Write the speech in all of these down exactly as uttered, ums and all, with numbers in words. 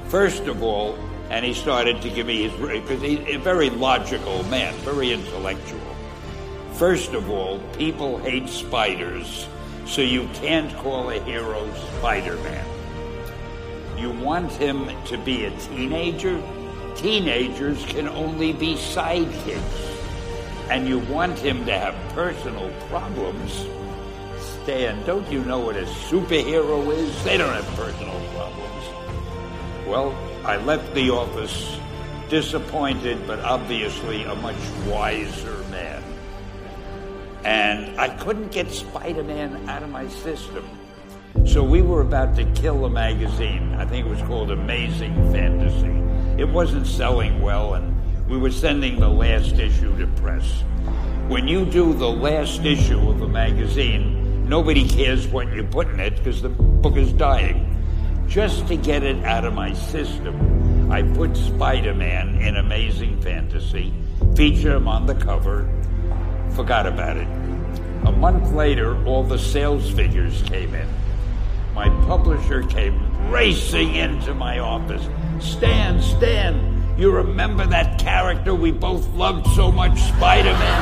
First of all, and he started to give me his, because he's a very logical man, very intellectual. First of all, people hate spiders, so you can't call a hero Spider-Man. You want him to be a teenager? Teenagers can only be sidekicks. And you want him to have personal problems? Stan, don't you know what a superhero is? They don't have personal problems. Well, I left the office disappointed, but obviously a much wiser man. And I couldn't get Spider-Man out of my system. So we were about to kill a magazine. I think it was called Amazing Fantasy. It wasn't selling well, and we were sending the last issue to press. When you do the last issue of a magazine, nobody cares what you put in it because the book is dying. Just to get it out of my system, I put Spider-Man in Amazing Fantasy, featured him on the cover, forgot about it. A month later, all the sales figures came in. My publisher came racing into my office. Stan, Stan, you remember that character we both loved so much, Spider-Man?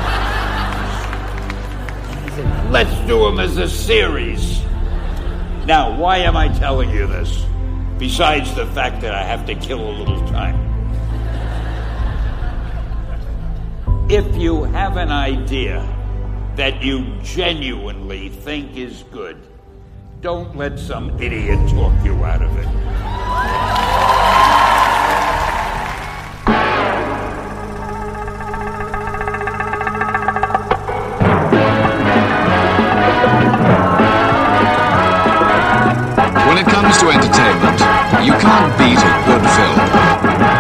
He said, let's do him as a series. Now, why am I telling you this? Besides the fact that I have to kill a little time. If you have an idea that you genuinely think is good, don't let some idiot talk you out of it. When it comes to entertainment, you can't beat a good film.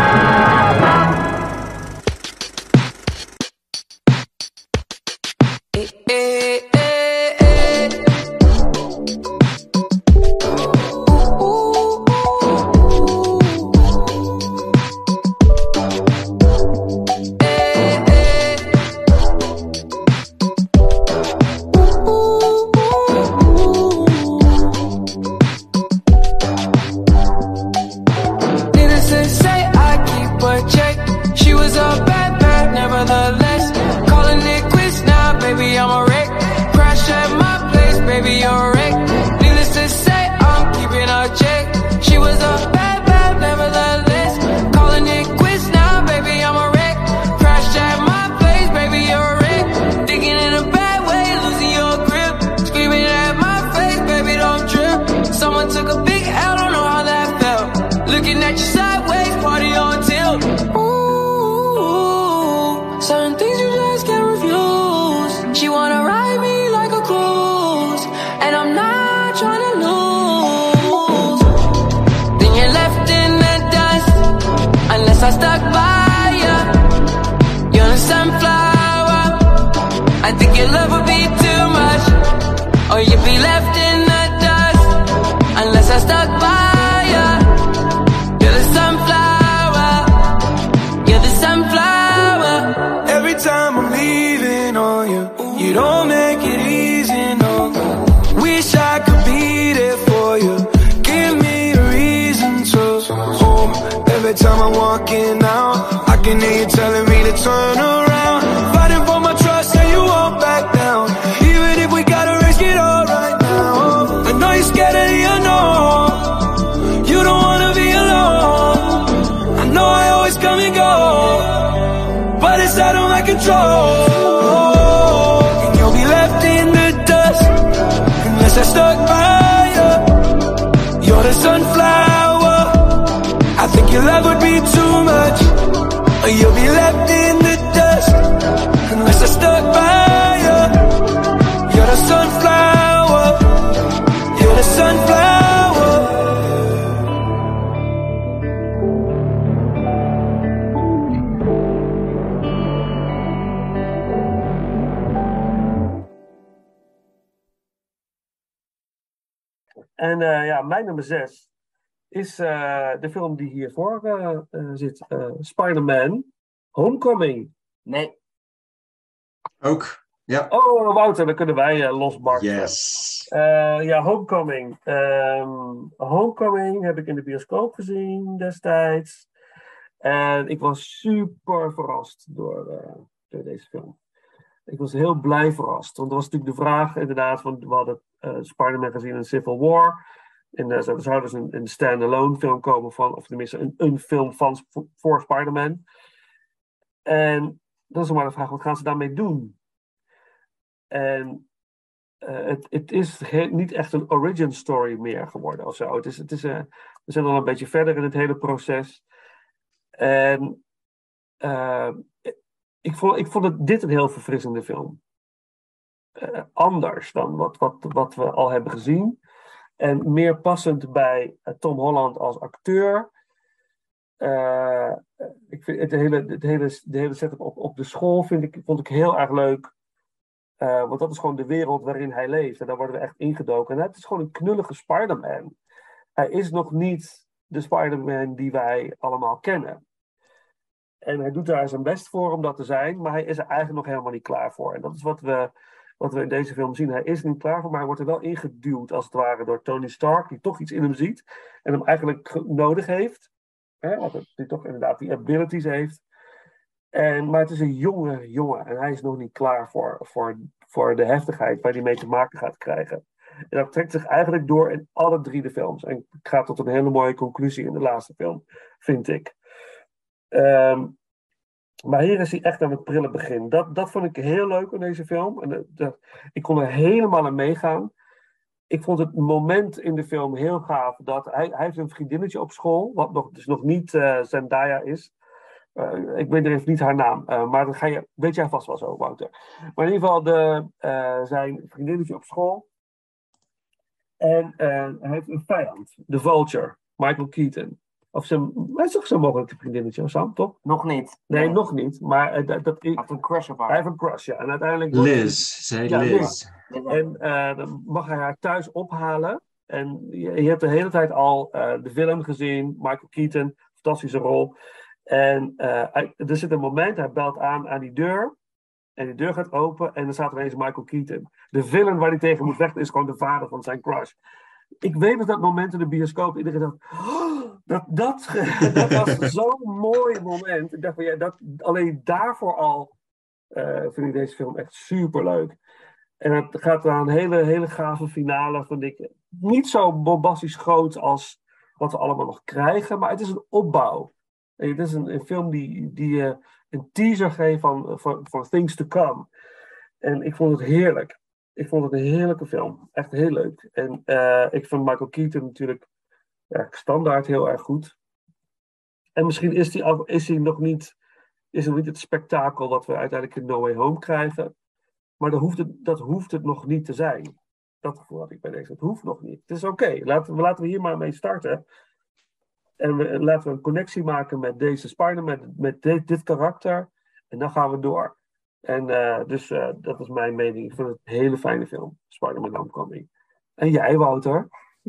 En uh, ja, mijn nummer zes is uh, de film die hiervoor uh, uh, zit. Uh, Spider-Man Homecoming. Nee. Ook. Ja. Oh, Wouter, dan kunnen wij uh, losbarsten. Yes. Uh, ja, Homecoming. Um, Homecoming heb ik in de bioscoop gezien destijds. En ik was super verrast door, uh, door deze film. Ik was heel blij verrast. Want er was natuurlijk de vraag, inderdaad, van we hadden uh, Spider-Man gezien in Civil War. En uh, er zou dus een, een stand-alone film komen van, of tenminste een, een film van voor Spider-Man. En dan is er maar de vraag, wat gaan ze daarmee doen? En uh, het, het is he- niet echt een origin story meer geworden of zo. Het is, het is, uh, we zijn al een beetje verder in het hele proces. En uh, ik, vond, ik vond het, dit een heel verfrissende film. Uh, anders dan wat, wat, wat we al hebben gezien. En meer passend bij uh, Tom Holland als acteur. Uh, ik vind het hele, het hele, de hele setup op, op de school vind ik, vond ik heel erg leuk. Uh, want dat is gewoon de wereld waarin hij leeft. En daar worden we echt ingedoken. En het is gewoon een knullige Spider-Man. Hij is nog niet de Spider-Man die wij allemaal kennen. En hij doet daar zijn best voor om dat te zijn. Maar hij is er eigenlijk nog helemaal niet klaar voor. En dat is wat we, wat we in deze film zien. Hij is er niet klaar voor, maar hij wordt er wel ingeduwd als het ware door Tony Stark. Die toch iets in hem ziet. En hem eigenlijk nodig heeft. Hè, want die toch inderdaad die abilities heeft. En, maar het is een jonge jongen. En hij is nog niet klaar voor, voor, voor de heftigheid waar hij mee te maken gaat krijgen. En dat trekt zich eigenlijk door in alle drie de films. En gaat tot een hele mooie conclusie in de laatste film, vind ik. Um, maar hier is hij echt aan het prille begin. Dat, dat vond ik heel leuk in deze film. En dat, dat, ik kon er helemaal aan meegaan. Ik vond het moment in de film heel gaaf. Dat hij, hij heeft een vriendinnetje op school. Wat nog, dus nog niet uh, Zendaya is. Uh, ik weet er even niet haar naam. Uh, maar dat ga je, weet jij vast wel zo, Wouter. Maar in ieder geval de, uh, zijn vriendinnetje op school. En uh, hij heeft een vijand. De Vulture. Michael Keaton. Of zijn, hij is toch zo mogelijk een vriendinnetje, Sam, toch? Nog niet. Nee, nee. nog niet. Maar uh, dat, dat, hij heeft een crush op haar. Hij heeft een crush, ja. En uiteindelijk Liz. Zij ja, Liz. Liz. En uh, dan mag hij haar thuis ophalen. En je, je hebt de hele tijd al uh, de film gezien. Michael Keaton, fantastische rol. En uh, hij, er zit een moment, hij belt aan aan die deur. En die deur gaat open en dan staat er ineens Michael Keaton. De villain waar hij tegen moet vechten is gewoon de vader van zijn crush. Ik weet dat dat moment in de bioscoop, iedereen dacht, oh, dat, dat, dat was zo'n mooi moment. Ik dacht van ja, dat, alleen daarvoor al uh, vind ik deze film echt super leuk. En het gaat naar een hele, hele gave finale, vind ik. Niet zo bombastisch groot als wat we allemaal nog krijgen, maar het is een opbouw. En het is een, een film die, die uh, een teaser geeft van for things to come. En ik vond het heerlijk. Ik vond het een heerlijke film. Echt heel leuk. En uh, ik vind Michael Keaton natuurlijk ja, standaard heel erg goed. En misschien is hij is hij nog niet, is nog niet het spektakel wat we uiteindelijk in No Way Home krijgen. Maar dat hoeft het, dat hoeft het nog niet te zijn. Dat gevoel had ik bij deze. Het hoeft nog niet. Het is oké. Okay. Laten, laten we hier maar mee starten. En we, laten we een connectie maken met deze Spider-Man, met, met dit, dit karakter. En dan gaan we door. En uh, dus uh, dat is mijn mening. Ik vond het een hele fijne film. Spider-Man Homecoming. En jij, Wouter?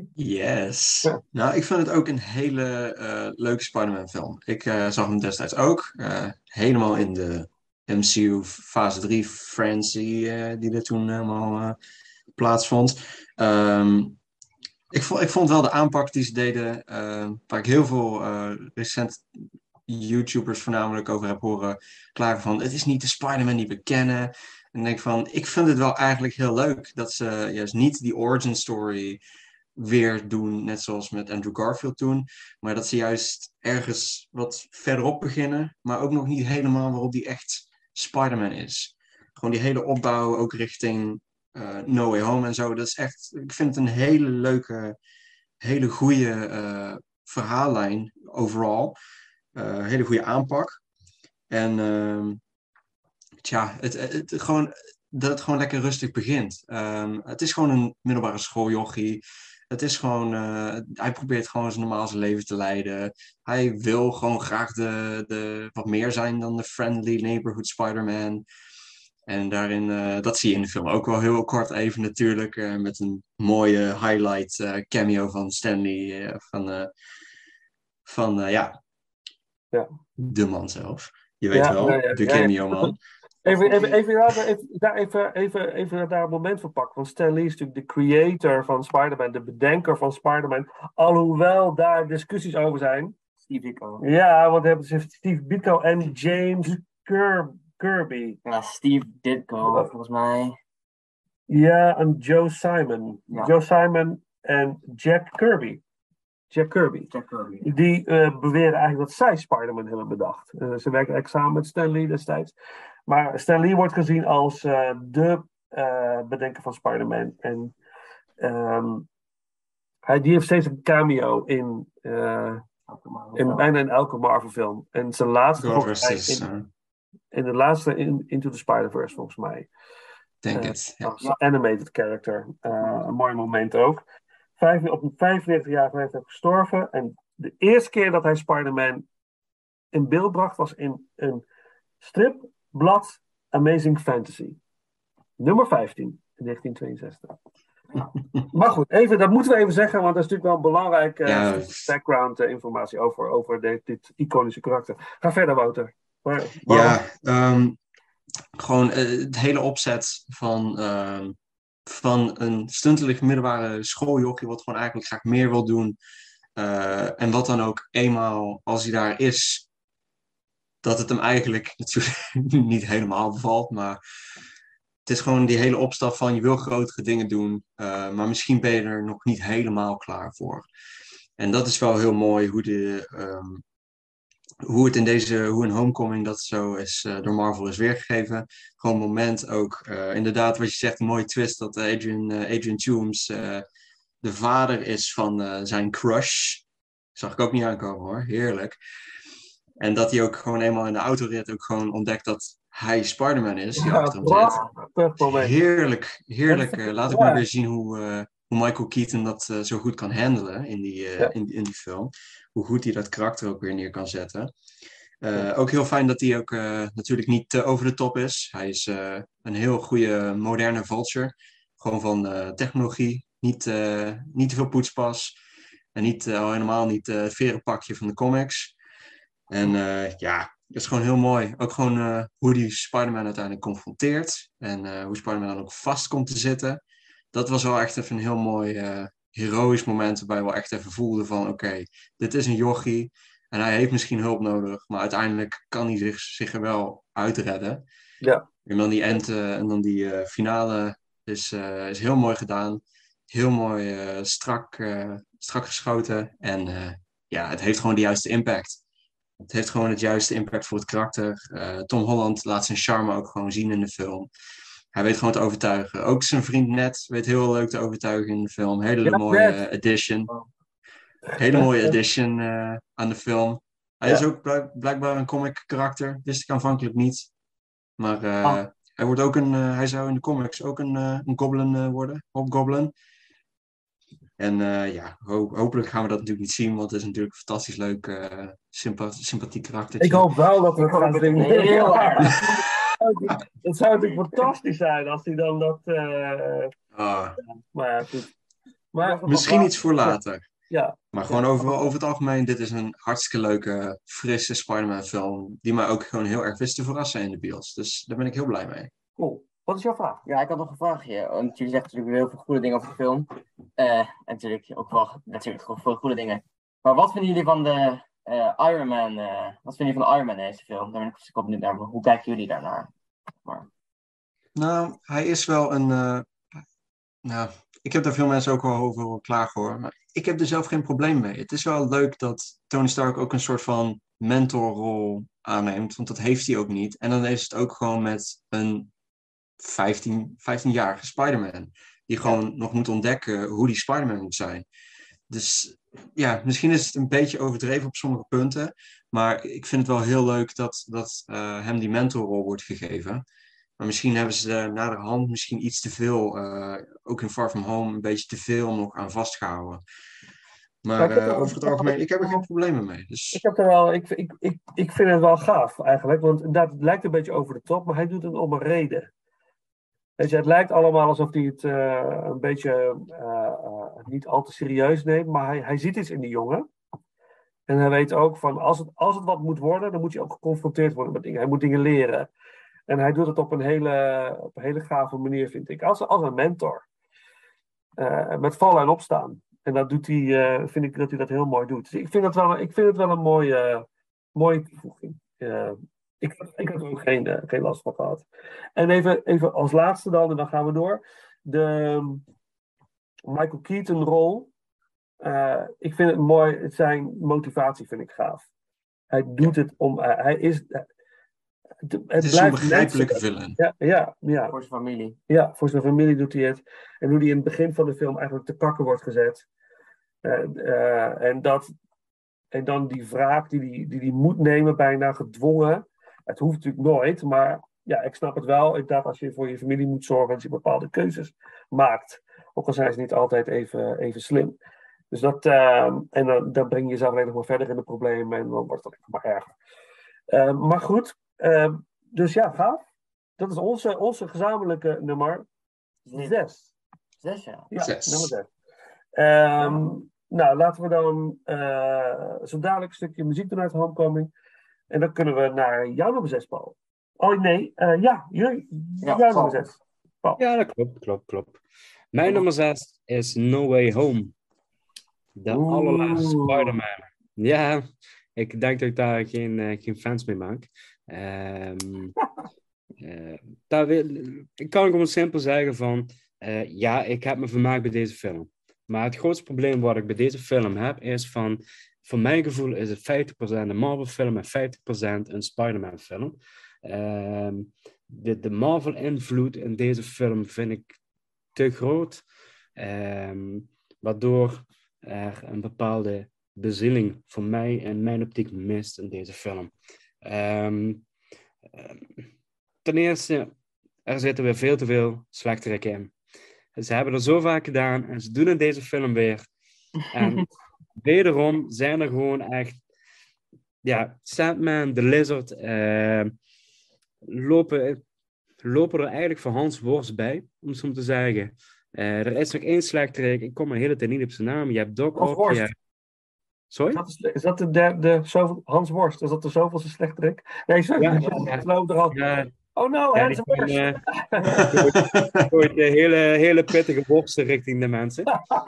Yes. Ja. Nou, ik vind het ook een hele uh, leuke Spider-Man film. Ik uh, zag hem destijds ook. Uh, helemaal in de M C U fase drie frenzy uh, die er toen helemaal uh, plaatsvond. Um, ik, vond, ik vond wel de aanpak die ze deden, uh, waar ik heel veel uh, recent YouTubers voornamelijk over heb horen klagen van, het is niet de Spider-Man die we kennen. En denk van, ik vind het wel eigenlijk heel leuk dat ze juist niet die origin story weer doen, net zoals met Andrew Garfield toen, maar dat ze juist ergens wat verderop beginnen, maar ook nog niet helemaal waarop die echt Spider-Man is. Gewoon die hele opbouw, ook richting uh, No Way Home en zo, dat is echt, ik vind het een hele leuke, hele goede uh, verhaallijn overal. Uh, hele goede aanpak. En uh, tja, het, het, het, gewoon, dat het gewoon lekker rustig begint. Um, het is gewoon een middelbare schooljochie. Het is gewoon, uh, hij probeert gewoon zijn normaal zijn leven te leiden. Hij wil gewoon graag de, de, wat meer zijn dan de friendly neighborhood Spider-Man. En daarin, uh, dat zie je in de film ook wel heel kort even natuurlijk. Uh, met een mooie highlight uh, cameo van Stanley. Uh, van, uh, van uh, ja, ja, de man zelf. Je weet ja, wel, ja, ja, de ja, cameo man. Even, even, even, laten we even, daar even, even, even daar een moment voor pakken. Want Stan Lee is natuurlijk de creator van Spider-Man, de bedenker van Spider-Man. Alhoewel daar discussies over zijn. Steve Ditko. Ja, want we hebben dus Steve Ditko en James Kir- Kirby. Ja, Steve Ditko, volgens mij. Ja, en Joe Simon. Ja. Joe Simon en Jack Kirby. Jack Kirby. Jack Kirby. Die uh, beweren eigenlijk dat zij Spider-Man hebben bedacht. Uh, ze werken eigenlijk samen met Stan Lee destijds. Maar Stan Lee wordt gezien als uh, de uh, bedenker van Spider-Man. En um, hij, die heeft steeds een cameo in, uh, in bijna in elke Marvel-film. En zijn laatste volgens mij is, uh... in, in de laatste in, Into the Spider-Verse volgens mij. Denk uh, het. Ja. Als animated character. Uh, een mooi moment ook. Vijf, op een vijfennegentig-jarige leeftijd gestorven. En de eerste keer dat hij Spider-Man in beeld bracht was in een stripblad Amazing Fantasy. Nummer vijftien in negentien tweeënzestig. Maar goed, even, dat moeten we even zeggen, want dat is natuurlijk wel belangrijke Ja. uh, background uh, informatie over, over de, dit iconische karakter. Ga verder, Wouter. Waar, Ja, um, gewoon uh, het hele opzet van, uh, van een stuntelig middelbare schooljochie wat gewoon eigenlijk graag meer wil doen. Uh, en wat dan ook eenmaal, als hij daar is, dat het hem eigenlijk natuurlijk niet helemaal bevalt, maar het is gewoon die hele opstap van je wil grotere dingen doen, uh, maar misschien ben je er nog niet helemaal klaar voor. En dat is wel heel mooi hoe, de, um, hoe het in deze, hoe in Homecoming dat zo is uh, door Marvel is weergegeven. Gewoon een moment ook, uh, inderdaad wat je zegt, een mooie twist dat Adrian, uh, Adrian Toomes uh, de vader is van uh, zijn crush. Zag ik ook niet aankomen hoor, heerlijk. En dat hij ook gewoon eenmaal in de autorit ook gewoon ontdekt dat hij Spider-Man is, die Ja, achter hem zit. prachtig moment. Heerlijk, heerlijk. Uh, laat ik Ja. maar weer zien hoe, uh, hoe Michael Keaton dat uh, zo goed kan handelen in die, uh, Ja. in, in die film. Hoe goed hij dat karakter ook weer neer kan zetten. Uh, ook heel fijn dat hij ook uh, natuurlijk niet te over de top is. Hij is uh, een heel goede moderne vulture. Gewoon van uh, technologie. Niet, uh, niet te veel poetspas. En niet, uh, al helemaal niet uh, het verenpakje van de comics. En uh, ja, dat is gewoon heel mooi. Ook gewoon uh, hoe die Spider-Man uiteindelijk confronteert. En uh, hoe Spider-Man dan ook vast komt te zitten. Dat was wel echt even een heel mooi uh, heroïsch moment. Waarbij we wel echt even voelden van oké, okay, dit is een jochie. En hij heeft misschien hulp nodig. Maar uiteindelijk kan hij zich, zich er wel uitredden. Ja. En dan die end, uh, en dan die uh, finale is, uh, is heel mooi gedaan. Heel mooi uh, strak, uh, strak geschoten. En uh, ja, het heeft gewoon de juiste impact. Het heeft gewoon het juiste impact voor het karakter. Uh, Tom Holland laat zijn charme ook gewoon zien in de film. Hij weet gewoon te overtuigen. Ook zijn vriend Ned weet heel leuk te overtuigen in de film. Hele Ja, mooie Ned. addition. Hele mooie addition uh, aan de film. Hij Ja. is ook blijk- blijkbaar een comic karakter. Wist ik aanvankelijk niet. Maar uh, Ah. hij, wordt ook een, uh, hij zou in de comics ook een, uh, een goblin uh, worden. Hobgoblin. En uh, ja, ho- hopelijk gaan we dat natuurlijk niet zien. Want het is natuurlijk een fantastisch leuk, uh, sympa- sympathiek karakter. Ik hoop wel dat we het Ik hoop gaan het zien. heel Het zou natuurlijk fantastisch zijn als hij dan dat... Uh, Ah, maar ja, goed. Maar, misschien iets voor later. Ja. Maar gewoon over, over het algemeen, dit is een hartstikke leuke, frisse Spider-Man film. Die mij ook gewoon heel erg wist te verrassen in de bios. Dus daar ben ik heel blij mee. Cool. Wat is jouw vraag? Ja, ik had nog een vraagje. Want jullie zeggen natuurlijk heel veel goede dingen over de film. Uh, en natuurlijk ook wel natuurlijk gewoon veel goede dingen. Maar wat vinden jullie van de uh, Iron Man? Uh, wat vinden jullie van de Iron Man in deze film? Daar ben ik dus ook benieuwd naar. Hoe kijken jullie daarnaar? Maar... Nou, hij is wel een... Uh, nou, ik heb daar veel mensen ook wel over klagen hoor. Maar ik heb er zelf geen probleem mee. Het is wel leuk dat Tony Stark ook een soort van mentorrol aanneemt. Want dat heeft hij ook niet. En dan is het ook gewoon met een vijftien, vijftienjarige Spider-Man. Die gewoon ja. nog moet ontdekken hoe die Spider-Man moet zijn. Dus ja, misschien is het een beetje overdreven op sommige punten. Maar ik vind het wel heel leuk dat, dat uh, hem die mentorrol wordt gegeven. Maar misschien hebben ze er naderhand misschien iets te veel, uh, ook in Far From Home, een beetje te veel nog aan vastgehouden. Maar uh, er, over het algemeen, ik heb er geen problemen mee. Dus... Ik, heb er wel, ik, ik, ik, ik vind het wel gaaf eigenlijk, want dat lijkt een beetje over de top, maar hij doet het om een reden. Weet je, het lijkt allemaal alsof hij het uh, een beetje uh, uh, niet al te serieus neemt, maar hij, hij ziet iets in die jongen. En hij weet ook van, als het, als het wat moet worden, dan moet hij ook geconfronteerd worden met dingen. Hij moet dingen leren. En hij doet het op een hele, op een hele gave manier, vind ik. Als, als een mentor. Uh, met vallen en opstaan. En dat doet hij, uh, vind ik dat hij dat heel mooi doet. Dus ik vind het wel, ik vind het wel een mooie, uh, mooie toevoeging. Uh, ik, ik had er ook geen, uh, geen last van gehad. En even, even als laatste dan, en dan gaan we door. De um, Michael Keaton rol. Uh, ik vind het mooi, zijn motivatie vind ik gaaf. Hij doet het om, uh, hij is... Uh, Het, het, het is een begrijpelijke villain. Ja, ja, ja. Voor zijn familie. Ja, voor zijn familie doet hij het. En hoe hij in het begin van de film eigenlijk te kakken wordt gezet. Uh, uh, en, dat, en dan die wraak die hij die, die die moet nemen, bijna gedwongen. Het hoeft natuurlijk nooit, maar ja, ik snap het wel. Inderdaad, als je voor je familie moet zorgen, dat je bepaalde keuzes maakt. Ook al zijn ze niet altijd even, even slim. Dus dat, uh, en dan, dan breng je jezelf alleen nog maar verder in de problemen en dan wordt het alleen maar erger. Uh, maar goed. Uh, dus ja, gaaf. Dat is onze, onze gezamenlijke nummer zes. Zes, ja. Ja, Zes. nummer zes. Um, nou, laten we dan uh, zo dadelijk een stukje muziek doen uit Homecoming. En dan kunnen we naar jouw nummer zes, Paul. Oh nee, uh, ja, jullie, Ja, jouw Paul. nummer zes. Paul. Ja, dat klopt, klopt, klopt. Mijn nummer zes is No Way Home. De Oeh. allerlaatste Spider-Man. Ja, ik denk dat ik daar geen, uh, geen fans mee maak. Um, uh, daar wil, ik kan gewoon simpel zeggen van... Uh, ja, ik heb me vermaakt bij deze film. Maar het grootste probleem wat ik bij deze film heb... is van... Voor mijn gevoel is het vijftig procent een Marvel film... en vijftig procent een Spider-Man film. Um, de, de Marvel-invloed in deze film vind ik te groot. Um, waardoor er een bepaalde bezieling voor mij in mijn optiek mist in deze film. Um, um, ten eerste, er zitten weer veel te veel slechterikken in. Ze hebben er zo vaak gedaan en ze doen in deze film weer. En wederom zijn er gewoon echt... Ja, Sandman, The Lizard... Uh, lopen, lopen er eigenlijk voor Hans Worst bij, om het zo te zeggen. Uh, er is nog één slechterik, ik kom er de hele tijd niet op zijn naam. Je hebt Doc Hans Ock. Worst. Ja. Sorry? Dat is, is dat de derde, zoveel, Hans Worst, is dat de zoveelste slechterik? Nee, sorry, Ja, ik ja, geloof er al. ja. Oh no, Ja, Hans die Worst. gaan, uh, gooit de hele, hele pittige worsten richting de mensen.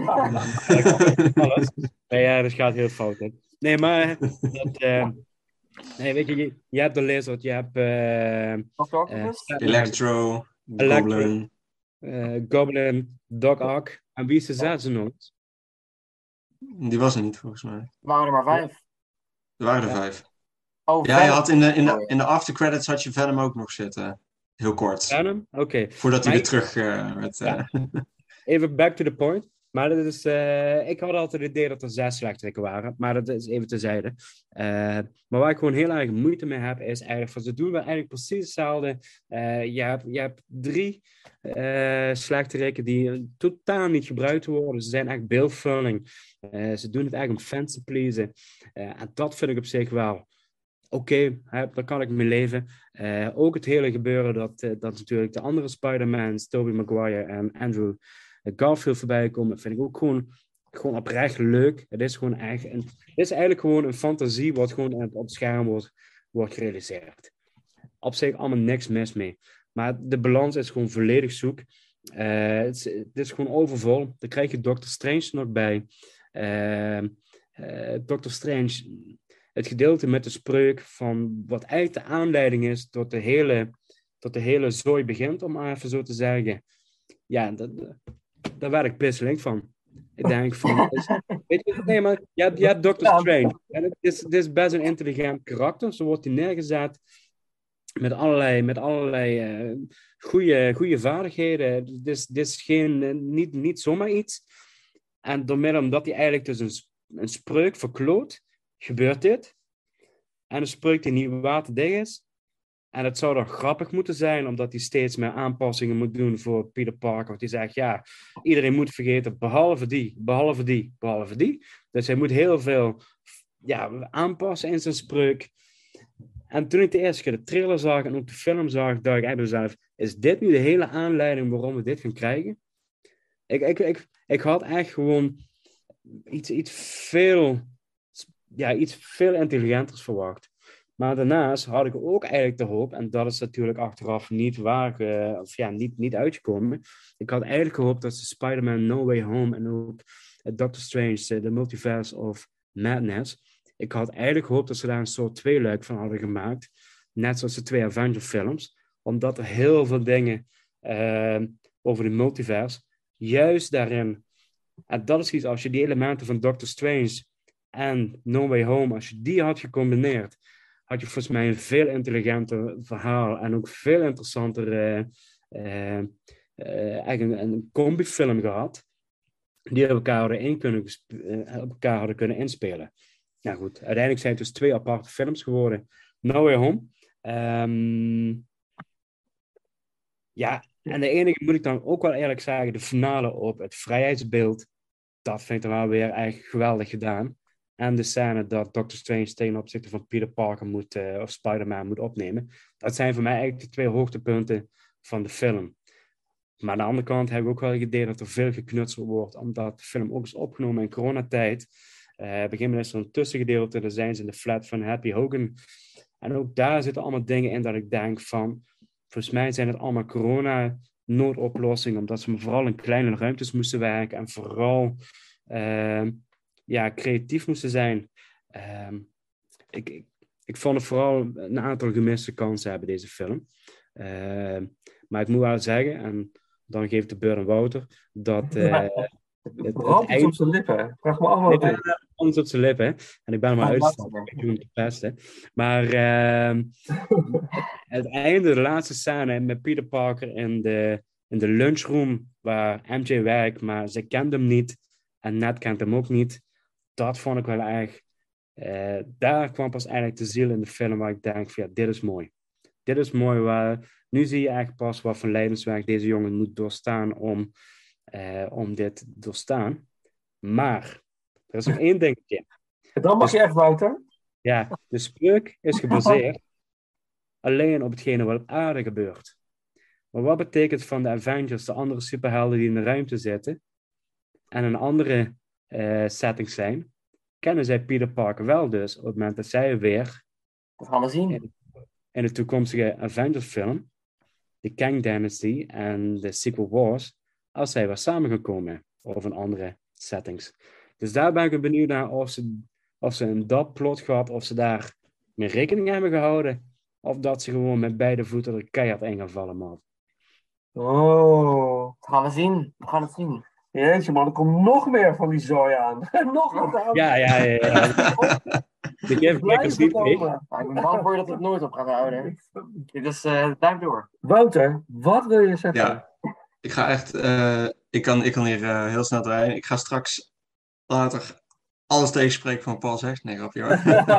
Alles. Ja, ja, dat gaat heel fout. Hè. Nee, maar... Dat, uh, nee, weet je, je, je hebt de Lizard, je hebt... Uh, uh, Electro, Electro, Goblin. Uh, Goblin, Doc Ock. En wie is de zesde nog? Die was er niet, volgens mij. Er waren er maar vijf. Er waren er Ja. vijf. Oh, Ja, je had in de, in, Oh, de, ja. in de aftercredits had je Venom ook nog zitten. Heel kort. Venom? Oké. Okay. Voordat hij Maar weer terug uh, werd... Uh... Ja. Even back to the point. Maar dat is, uh, ik had altijd het idee dat er zes slechterikken waren. Maar dat is even terzijde. Uh, maar waar ik gewoon heel erg moeite mee heb, is eigenlijk... Van, ze doen wel eigenlijk precies hetzelfde. Uh, je, hebt, je hebt drie uh, slechterikken die totaal niet gebruikt worden. Ze zijn echt beeldvulling. Uh, ze doen het eigenlijk om fans te pleasen. Uh, en dat vind ik op zich wel... Oké, okay, daar kan ik mee leven. Uh, ook het hele gebeuren dat, uh, dat natuurlijk de andere Spider-Mans, Tobey Maguire en Andrew Garfield voorbij komen, vind ik ook gewoon, gewoon oprecht leuk. Het is gewoon echt een, het is eigenlijk gewoon een fantasie wat gewoon op het scherm wordt, wordt gerealiseerd. Op zich allemaal niks mis mee. Maar de balans is gewoon volledig zoek. Uh, het, is, het is gewoon overvol. Dan krijg je Doctor Strange nog bij. Uh, uh, Doctor Strange... Het gedeelte met de spreuk van wat eigenlijk de aanleiding is tot de hele, tot de hele zooi begint, om maar even zo te zeggen. Ja, dat, daar werd ik pisselijk van. Ik denk van, is, weet je, nee, maar je hebt, je hebt Doctor Strange. En het is, het is best een intelligent karakter, zo wordt hij neergezet met allerlei, met allerlei uh, goede, goede vaardigheden. Dit is, dit is geen, uh, niet, niet zomaar iets. En door middel omdat hij eigenlijk dus een, een spreuk verkloot, gebeurt dit. En de spreuk die niet waterdicht is. En het zou dan grappig moeten zijn, omdat hij steeds meer aanpassingen moet doen voor Peter Parker. Want die zegt, ja, iedereen moet vergeten, behalve die, behalve die, behalve die. Dus hij moet heel veel ja, aanpassen in zijn spreuk. En toen ik de eerste keer de trailer zag en ook de film zag, dacht ik bij mezelf, is dit nu de hele aanleiding waarom we dit gaan krijgen? Ik, ik, ik, ik had echt gewoon iets, iets veel... Ja, iets veel intelligenters verwacht. Maar daarnaast had ik ook eigenlijk de hoop, en dat is natuurlijk achteraf niet waar, uh, of ja, niet, niet uitgekomen. Ik had eigenlijk gehoopt dat ze Spider-Man No Way Home en ook uh, Doctor Strange, uh, The Multiverse of Madness, ik had eigenlijk gehoopt dat ze daar een soort tweeluik van hadden gemaakt. Net zoals de twee Avenger-films. Omdat er heel veel dingen uh, over de multiverse, juist daarin, en dat is iets, als je die elementen van Doctor Strange en No Way Home, als je die had gecombineerd, had je volgens mij een veel intelligenter verhaal en ook veel interessanter uh, uh, uh, eigenlijk een, een combi-film gehad, die op elkaar hadden, in kunnen, uh, op elkaar hadden kunnen inspelen. Nou goed, uiteindelijk zijn het dus twee aparte films geworden. No Way Home. Um, ja, en de enige moet ik dan ook wel eerlijk zeggen, de finale op het vrijheidsbeeld, dat vind ik dan wel weer eigenlijk geweldig gedaan. En de scène dat Doctor Strange ten opzichte van Peter Parker moet, uh, of Spider-Man moet opnemen. Dat zijn voor mij eigenlijk de twee hoogtepunten van de film. Maar aan de andere kant heb ik ook wel het idee dat er veel geknutseld wordt, omdat de film ook is opgenomen in coronatijd. Uh, op een gegeven moment is er een tussengedeelte, daar zijn ze in de flat van Happy Hogan. En ook daar zitten allemaal dingen in dat ik denk van, volgens mij zijn het allemaal corona-noodoplossingen, omdat ze vooral in kleine ruimtes moesten werken en vooral uh, ja, creatief moesten zijn. Uh, ik, ik, ik vond het vooral een aantal gemiste kansen hebben, deze film. Uh, maar ik moet wel zeggen, en dan geeft de beurt aan Wouter, dat... Uh, Het brandt iets op zijn lippen. Vraag me af wat het is. Anders op zijn lippen. En ik ben er maar uitgestapt. Ik doe het beste. Maar uh, het einde, de laatste scène met Peter Parker in de, in de lunchroom waar M J werkt, maar ze kent hem niet. En Ned kent hem ook niet. Dat vond ik wel erg. Uh, daar kwam pas eigenlijk de ziel in de film waar ik denk van ja, dit is mooi. Dit is mooi. Waar, nu zie je eigenlijk pas wat voor lijdensweg deze jongen moet doorstaan om... Uh, om dit te doorstaan. Maar, er is nog één dingetje. Dan mag dus, je echt, Wouter. Ja, de spreuk is gebaseerd alleen op hetgene wat op aarde gebeurt. Maar wat betekent van de Avengers, de andere superhelden die in de ruimte zitten, en een andere uh, setting zijn, kennen zij Peter Parker wel dus, op het moment dat zij weer dat gaan we zien. In, in de toekomstige Avengers film, de Kang Dynasty en de Secret Wars, als zij weer samen gaan komen, of in andere settings. Dus daar ben ik benieuwd naar of ze, of ze in dat plot gehad, of ze daar mee rekening hebben gehouden, of dat ze gewoon met beide voeten er keihard in gaan vallen, man. Oh. Dat gaan we zien. We gaan het zien. Jeetje man, er komt nog meer van die zooi aan. nog wat aan. Ja, ja, ja. ja. Ik heb lekker zien. Ja, ik ben bang voor dat het nooit op gaat houden. Dus uh, duim door. Wouter, wat wil je zeggen? Ja. Ik ga echt, uh, ik, kan, ik kan hier uh, heel snel doorheen. Ik ga straks later alles tegenspreken van Paul zegt. Nee, grapje hoor.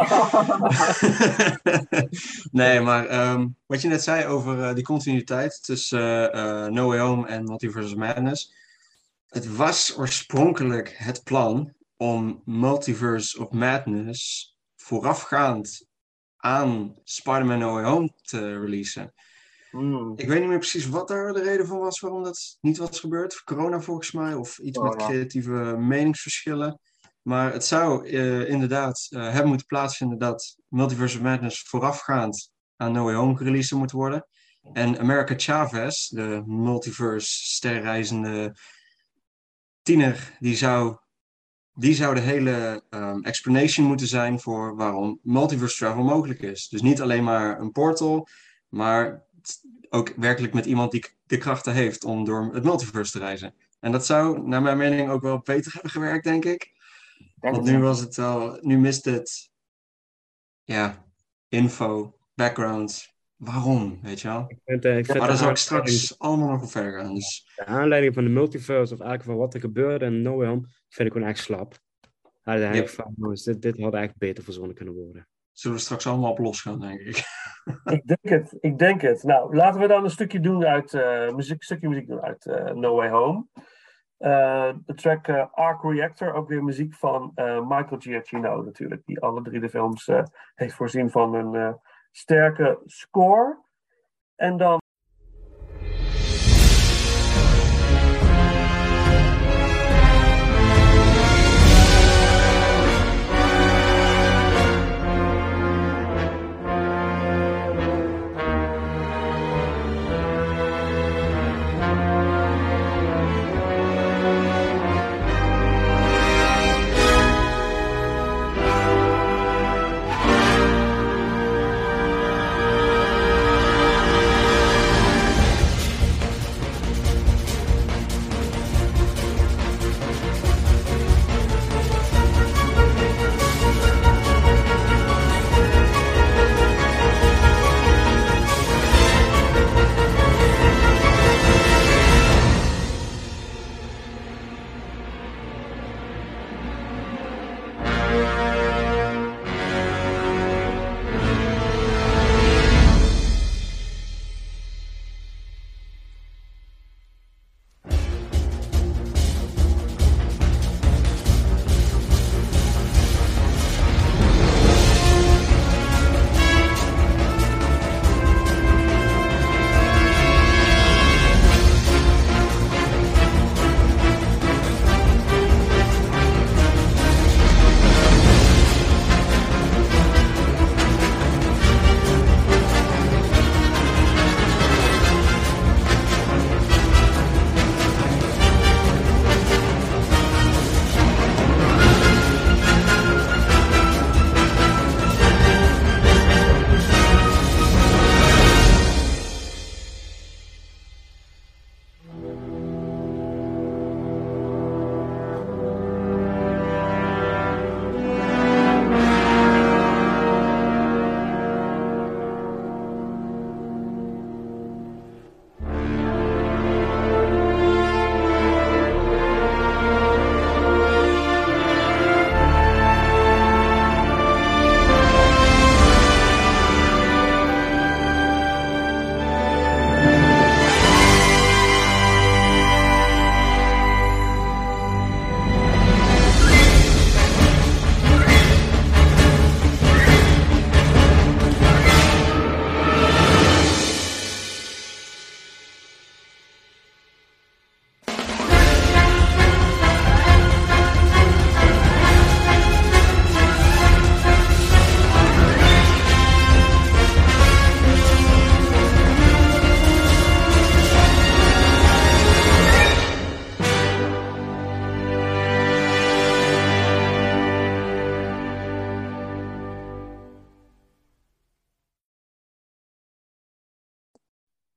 nee, maar um, wat je net zei over uh, die continuïteit tussen uh, uh, No Way Home en Multiverse of Madness. Het was oorspronkelijk het plan om Multiverse of Madness voorafgaand aan Spider-Man No Way Home te releasen. Mm. Ik weet niet meer precies wat daar de reden van was waarom dat niet was gebeurd. Corona volgens mij, of iets oh, met ja. creatieve meningsverschillen. Maar het zou uh, inderdaad uh, hebben moeten plaatsvinden dat Multiverse of Madness voorafgaand aan No Way Home gereleased moet worden. En America Chavez, de multiverse sterreizende tiener, die zou, die zou de hele um, explanation moeten zijn voor waarom multiverse travel mogelijk is. Dus niet alleen maar een portal, maar ook werkelijk met iemand die de krachten heeft om door het multiverse te reizen. En dat zou, naar mijn mening, ook wel beter hebben gewerkt, denk ik. Denk Want het nu wel. was het wel, nu mist het, ja, info, background, waarom, weet je wel. Ik vind, uh, ik vind Maar daar de zal ik aanleiding- straks allemaal nog op verder gaan. Dus De aanleiding van de multiverse, of eigenlijk van wat er gebeurde in No Way Home, vind ik gewoon echt slap. Hij denk ik van, jongens, dit, dit had eigenlijk beter verzonnen kunnen worden. zullen we straks allemaal op losgaan, denk ik. Ik denk het, ik denk het. Nou, laten we dan een stukje doen uit uh, muziek, stukje muziek doen uit uh, No Way Home. Uh, de track uh, Arc Reactor, ook weer muziek van uh, Michael Giacchino natuurlijk, die alle drie de films uh, heeft voorzien van een uh, sterke score. En dan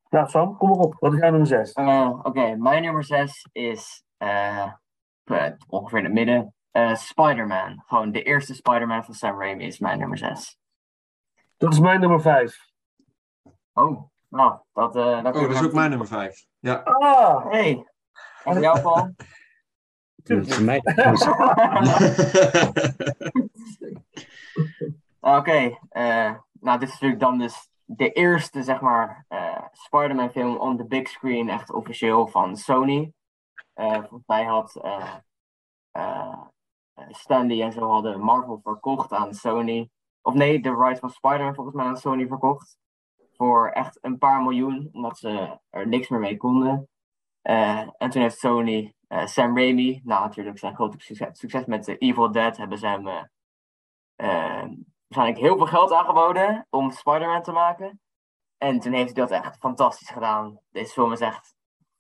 Nou, Sam, kom maar op. Wat is jouw nummer zes? Uh, Oké, okay, mijn nummer zes is uh, ongeveer in het midden. Uh, Spider-Man. Gewoon de eerste Spider-Man van Sam Raimi is mijn nummer zes. Dat is mijn nummer vijf. Oh, nou, dat... Uh, oh, dat is ook mijn nummer vijf. Ja. Ah! Hey, en voor jou, Paul? Dat is mij. Oké, okay, uh, nou, dit is natuurlijk dan dus de eerste, zeg maar, uh, Spider-Man film on the big screen, echt officieel van Sony. Uh, volgens mij had uh, uh, Stanley en zo hadden Marvel verkocht aan Sony. Of nee, de rights van Spider-Man volgens mij aan Sony verkocht. Voor echt een paar miljoen, omdat ze er niks meer mee konden. Uh, en toen heeft Sony uh, Sam Raimi, nou natuurlijk zijn grote succes, succes met uh, Evil Dead, hebben ze hem uh, uh, waarschijnlijk heel veel geld aangeboden om Spider-Man te maken. En toen heeft hij dat echt fantastisch gedaan. Deze film is echt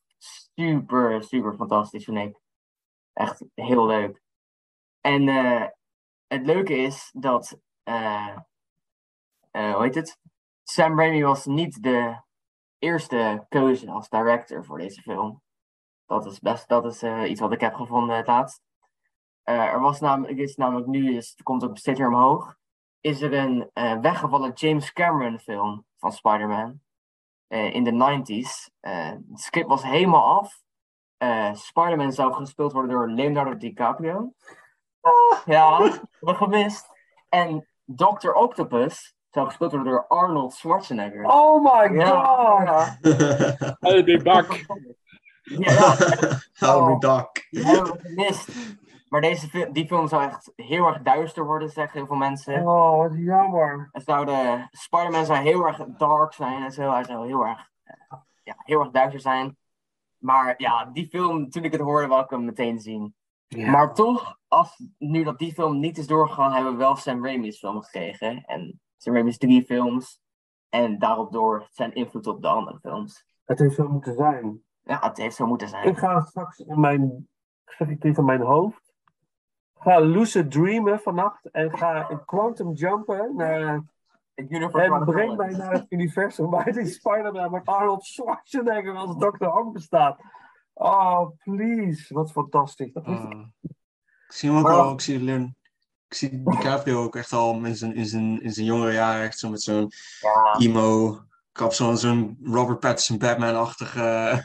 super, super fantastisch, vind ik. Echt heel leuk. En uh, het leuke is dat, uh, uh, hoe heet het? Sam Raimi was niet de eerste keuze als director voor deze film. Dat is best, dat is uh, iets wat ik heb gevonden het laatst. Uh, er was namelijk, is namelijk nu, is, het komt ook steeds weer omhoog, is er een uh, weggevallen James Cameron film van Spider-Man uh, in de nineties. Uh, het script was helemaal af. Uh, Spider-Man zou gespeeld worden door Leonardo DiCaprio. Ah, ja, we gemist. En doctor Octopus zou gespeeld worden door Arnold Schwarzenegger. Oh my Ja, god! ja. Hey, die bak. Ja, ja. Hou me dak. Die hebben we gemist. Maar deze fi- die film zou echt heel erg duister worden, zeggen heel veel mensen. Oh, wat jammer. Het zou de Spider-Man zou heel erg dark zijn en zo. Hij zou heel erg, uh, ja, heel erg duister zijn. Maar ja, die film, toen ik het hoorde, wou ik hem meteen zien. Ja. Maar toch, als, nu dat die film niet is doorgegaan, hebben we wel Sam Raimi's film gekregen. En Sam Raimi's drie films. En daarop door zijn invloed op de andere films. Het heeft zo moeten zijn. Ja, het heeft zo moeten zijn. Ik ga straks in mijn, zeg ik tegen mijn hoofd, ga lucid dreamen vannacht en ga een quantum jumpen naar, Het universe en breng mij naar het universum waar die Spider-Man met Arnold Schwarzenegger als dokter Hank bestaat. Oh, please. Wat fantastisch. Dat wist ik. Uh, ik zie hem ook al, ik zie Leon, ik zie DiCaprio ook echt al in zijn, in zijn, in zijn jongere jaren echt zo met zo'n Ja. emo kapsel, zo'n Robert Pattinson Batman-achtige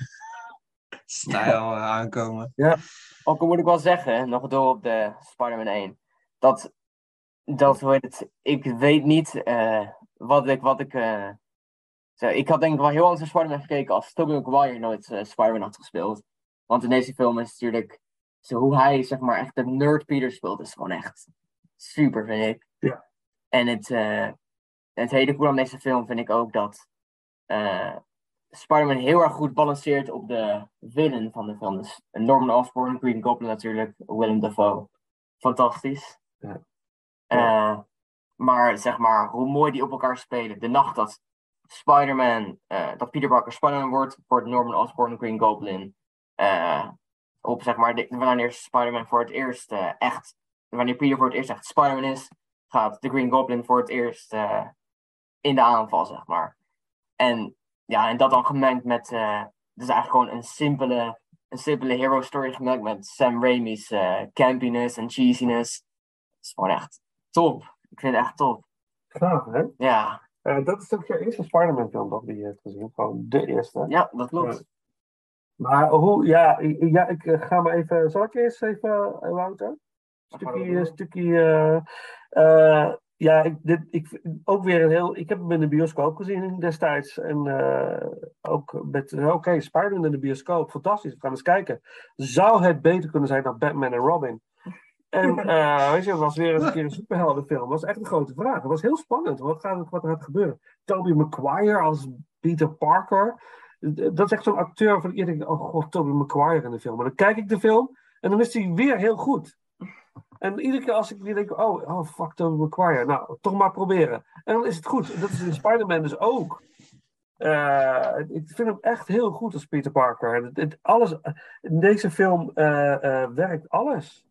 stijl uh, aankomen. Ook al moet ik wel zeggen, nog door op de Spider-Man één, dat, dat hoe heet het, ik weet niet uh, wat ik, wat ik, uh, zo, ik had denk ik wel heel anders naar Spider-Man gekeken als Tobey Maguire nooit uh, Spider-Man had gespeeld. Want in deze film is natuurlijk, zo hoe hij zeg maar echt de nerd Peter speelt, is gewoon echt super, vind ik. Ja. En het, uh, het hele cool aan deze film vind ik ook dat uh, Spider-Man heel erg goed balanceert op de villain van de film. Dus Norman Osborn, Green Goblin natuurlijk, Willem Dafoe. Fantastisch. Ja. Uh, maar zeg maar, hoe mooi die op elkaar spelen. De nacht dat Spider-Man, uh, dat Peter Parker Spider-Man wordt, wordt Norman Osborn, Green Goblin. Uh, op zeg maar, de, wanneer Spider-Man voor het eerst uh, echt, wanneer Peter voor het eerst echt Spider-Man is, gaat de Green Goblin voor het eerst uh, in de aanval, zeg maar. En ja, en dat dan gemengd met, uh, dus eigenlijk gewoon een simpele, een simpele hero story gemengd met Sam Raimi's uh, campiness en cheesiness. Het is gewoon echt top. Ik vind het echt top. Gaaf, hè? Ja, Uh, dat is ook je eerste Spider-Man film toch die je hebt gezien. Gewoon de eerste. ja, dat klopt. Ja. Maar hoe, ja, i- ja, ik uh, ga maar even, zal ik eerst even, uh, Wouter? Stukje, uh, stukje, uh, uh, ja, ik, dit, ik, ook weer een heel, ik heb hem in de bioscoop gezien destijds. En uh, ook met, oké, okay, Spider-Man in de bioscoop, fantastisch, we gaan eens kijken. Zou het beter kunnen zijn dan Batman en Robin? En uh, weet je, het was weer eens een keer een superheldenfilm. Het was echt een grote vraag. Het was heel spannend. Wat gaat, wat er gaat gebeuren? Tobey Maguire als Peter Parker. Dat is echt zo'n acteur van ik denk, oh god, Tobey Maguire in de film. Maar dan kijk ik de film en dan is hij weer heel goed. En iedere keer als ik weer denk, oh, oh fuck Tobey Maguire. Nou, toch maar proberen. En dan is het goed. En dat is in Spider-Man dus ook. Uh, ik vind hem echt heel goed als Peter Parker. Het, het, alles, in deze film uh, uh, werkt alles.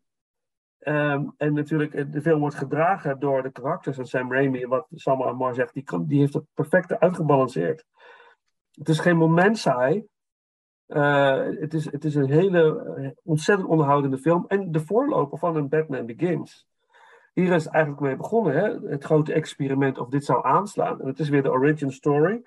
Um, en natuurlijk, de film wordt gedragen door de karakters. En Sam Raimi, wat Sam al mooi zegt, die, die heeft het perfecte uitgebalanceerd. Het is geen moment saai. Uh, het, is, het is een hele uh, ontzettend onderhoudende film. En de voorloper van een Batman Begins. Hier is het eigenlijk mee begonnen. Hè? Het grote experiment of dit zou aanslaan. En het is weer de origin story.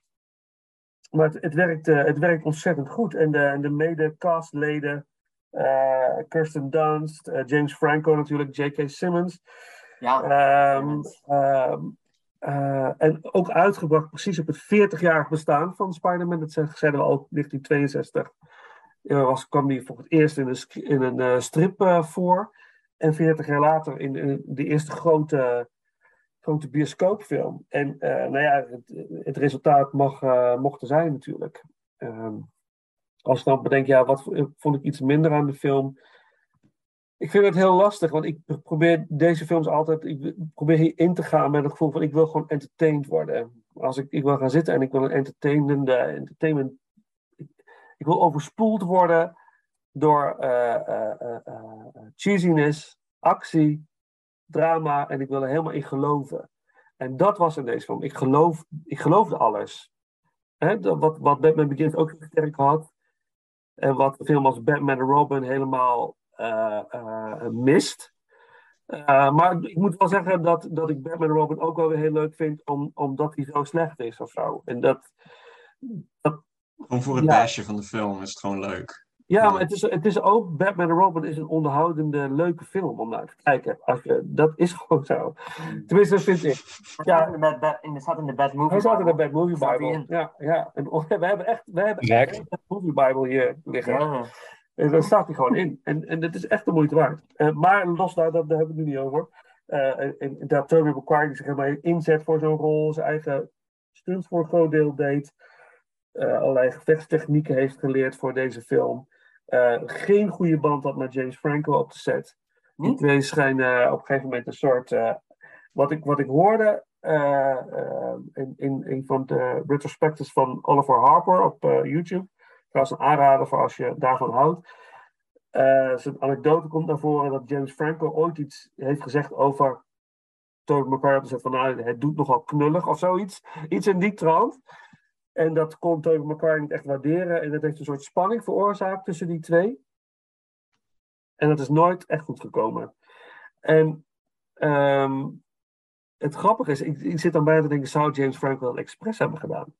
Maar het, het, werkt, uh, het werkt ontzettend goed. En de, en de mede-castleden... Uh, Kirsten Dunst, uh, James Franco natuurlijk, J K. Simmons. Ja. Um, um, uh, en ook uitgebracht precies op het veertig-jarig bestaan van Spider-Man. Dat zeiden we al, negentien tweeënzestig. Uh, was, kwam die voor het eerst in een, in een uh, strip uh, voor. En veertig jaar later in, in de eerste grote, grote bioscoopfilm. En uh, nou ja, het, het resultaat mag, uh, mocht er zijn natuurlijk. Um, Als ik dan bedenk, ja, wat vond ik iets minder aan de film? Ik vind het heel lastig, want ik probeer deze films altijd... Ik probeer hierin te gaan met het gevoel van, ik wil gewoon entertained worden. Als ik, ik wil gaan zitten en ik wil een entertainende... Entertainment, ik, ik wil overspoeld worden door uh, uh, uh, uh, cheesiness, actie, drama. En ik wil er helemaal in geloven. En dat was in deze film. Ik, geloof, ik geloofde alles. Hè, dat, wat, wat Batman Begins ook sterk had. En wat een film als Batman en Robin helemaal uh, uh, mist. Uh, maar ik moet wel zeggen dat, dat ik Batman en Robin ook wel weer heel leuk vind, om, omdat hij zo slecht is of zo. En dat, dat, gewoon voor het ja. baasje van de film is het gewoon leuk. Ja, maar het is, het is ook, Batman en Robin is een onderhoudende, leuke film om naar te kijken. Als je, dat is gewoon zo. Tenminste, dat vind ik. Ja, in de Bad, in de, staat in de Bad Movie Hij staat in de Bible. Bad Movie Staat hij Bible. in. Ja, ja. En we hebben echt, we hebben Direct. echt een Bad Movie Bible hier liggen. Ja. En daar staat hij gewoon in. En, en dat is echt de moeite waard. Uh, maar los daar, dat, daar hebben we het nu niet over. Uh, en, en dat Tobey Maguire die zich helemaal inzet voor zo'n rol, zijn eigen stunts voor een groot deel deed. Uh, allerlei gevechtstechnieken heeft geleerd voor deze film. Uh, geen goede band had met James Franco op de set. Die Hm? twee schijnen uh, op een gegeven moment een soort... Uh, wat, ik, wat ik hoorde uh, uh, in, in een van de retrospectus van Oliver Harper op uh, YouTube. Trouwens een aanrader voor als je daarvan houdt. Uh, zijn anekdote komt naar voren dat James Franco ooit iets heeft gezegd over Tobey Maguire op de set van nou, hij doet nogal knullig of zoiets. Iets in die trant. En dat kon Tobey Maguire niet echt waarderen. En dat heeft een soort spanning veroorzaakt tussen die twee. En dat is nooit echt goed gekomen. En um, het grappige is, ik, ik zit dan bijna te denken, zou James Franco dat expres hebben gedaan?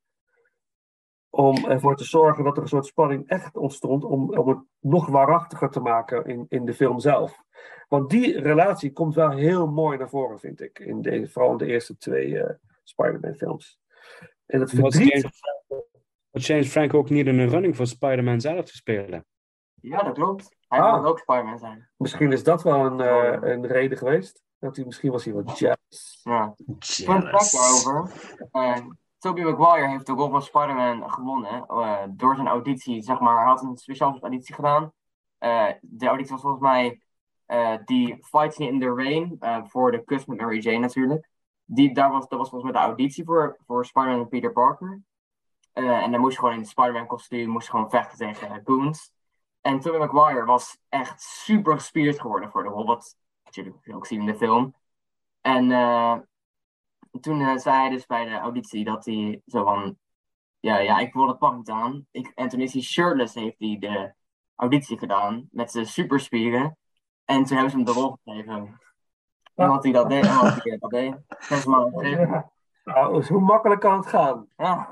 Om ervoor te zorgen dat er een soort spanning echt ontstond, om, om het nog waarachtiger te maken in, in de film zelf. Want die relatie komt wel heel mooi naar voren, vind ik. In de, vooral in de eerste twee uh, Spider-Man films. En het Was verdriet... James, was James Franco ook niet in een running voor Spider-Man zelf te spelen? Ja, dat klopt. Hij Ah. wil ook Spider-Man zijn. Misschien is dat wel een, uh, een reden geweest. Dat hij misschien was hij wat jealous. Ja. Fun fact daarover. Uh, Tobey Maguire heeft de rol van Spider-Man gewonnen. Uh, door zijn auditie, zeg maar. Hij had een speciale auditie gedaan. Uh, de auditie was volgens mij uh, die fight scene in the rain. Uh, voor de kus met Mary Jane natuurlijk. Die, daar was, dat was volgens mij de auditie voor, voor Spider-Man en Peter Parker. Uh, en dan moest je gewoon in het Spider-Man kostuum moest je gewoon vechten tegen uh, goons. En Tobey Maguire was echt super gespierd geworden voor de rol. Wat natuurlijk ook zien in de film. En uh, toen uh, zei hij dus bij de auditie dat hij zo van... Ja, ja ik wil dat pak niet aan. Ik, en toen is hij shirtless, heeft hij de auditie gedaan. Met zijn superspieren. En toen hebben ze hem de rol gegeven. En wat hij dat deed, en wat hij dat deed. Hebben ze hem al gegeven. Ja. Nou, dus hoe makkelijk kan het gaan? Ja.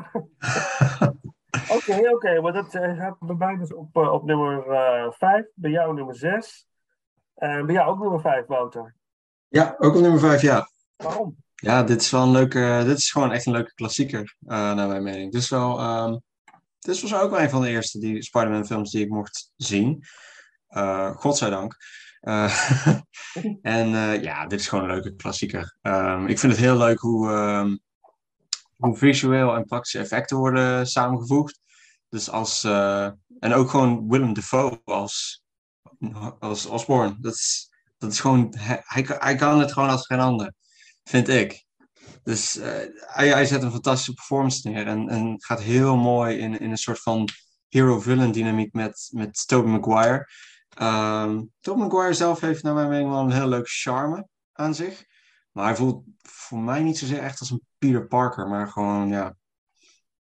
Oké, oké, okay, maar dat uh, gaat bij mij dus op, uh, op nummer vijf, bij jou nummer zes. En bij jou ook nummer vijf, Wouter. Ja, ook op nummer vijf, ja. Waarom? Ja, dit is wel een leuke, dit is gewoon echt een leuke klassieker, uh, naar mijn mening. Dit is wel, um, dit was ook wel een van de eerste die Spider-Man films die ik mocht zien. Uh, godzijdank. Uh, en uh, ja, dit is gewoon een leuke klassieker. Um, ik vind het heel leuk hoe, um, hoe visueel en praktische effecten worden samengevoegd. Dus als, uh, en ook gewoon Willem Dafoe als, als Osborn. Dat is, dat is gewoon, hij, hij kan het gewoon als geen ander, vind ik. Dus uh, hij, hij zet een fantastische performance neer en, en gaat heel mooi in, in een soort van hero-villain dynamiek met, met Tobey Maguire. Um, Tobey Maguire zelf heeft naar mijn mening wel een heel leuk charme aan zich. Maar hij voelt voor mij niet zozeer echt als een Peter Parker, maar gewoon, ja,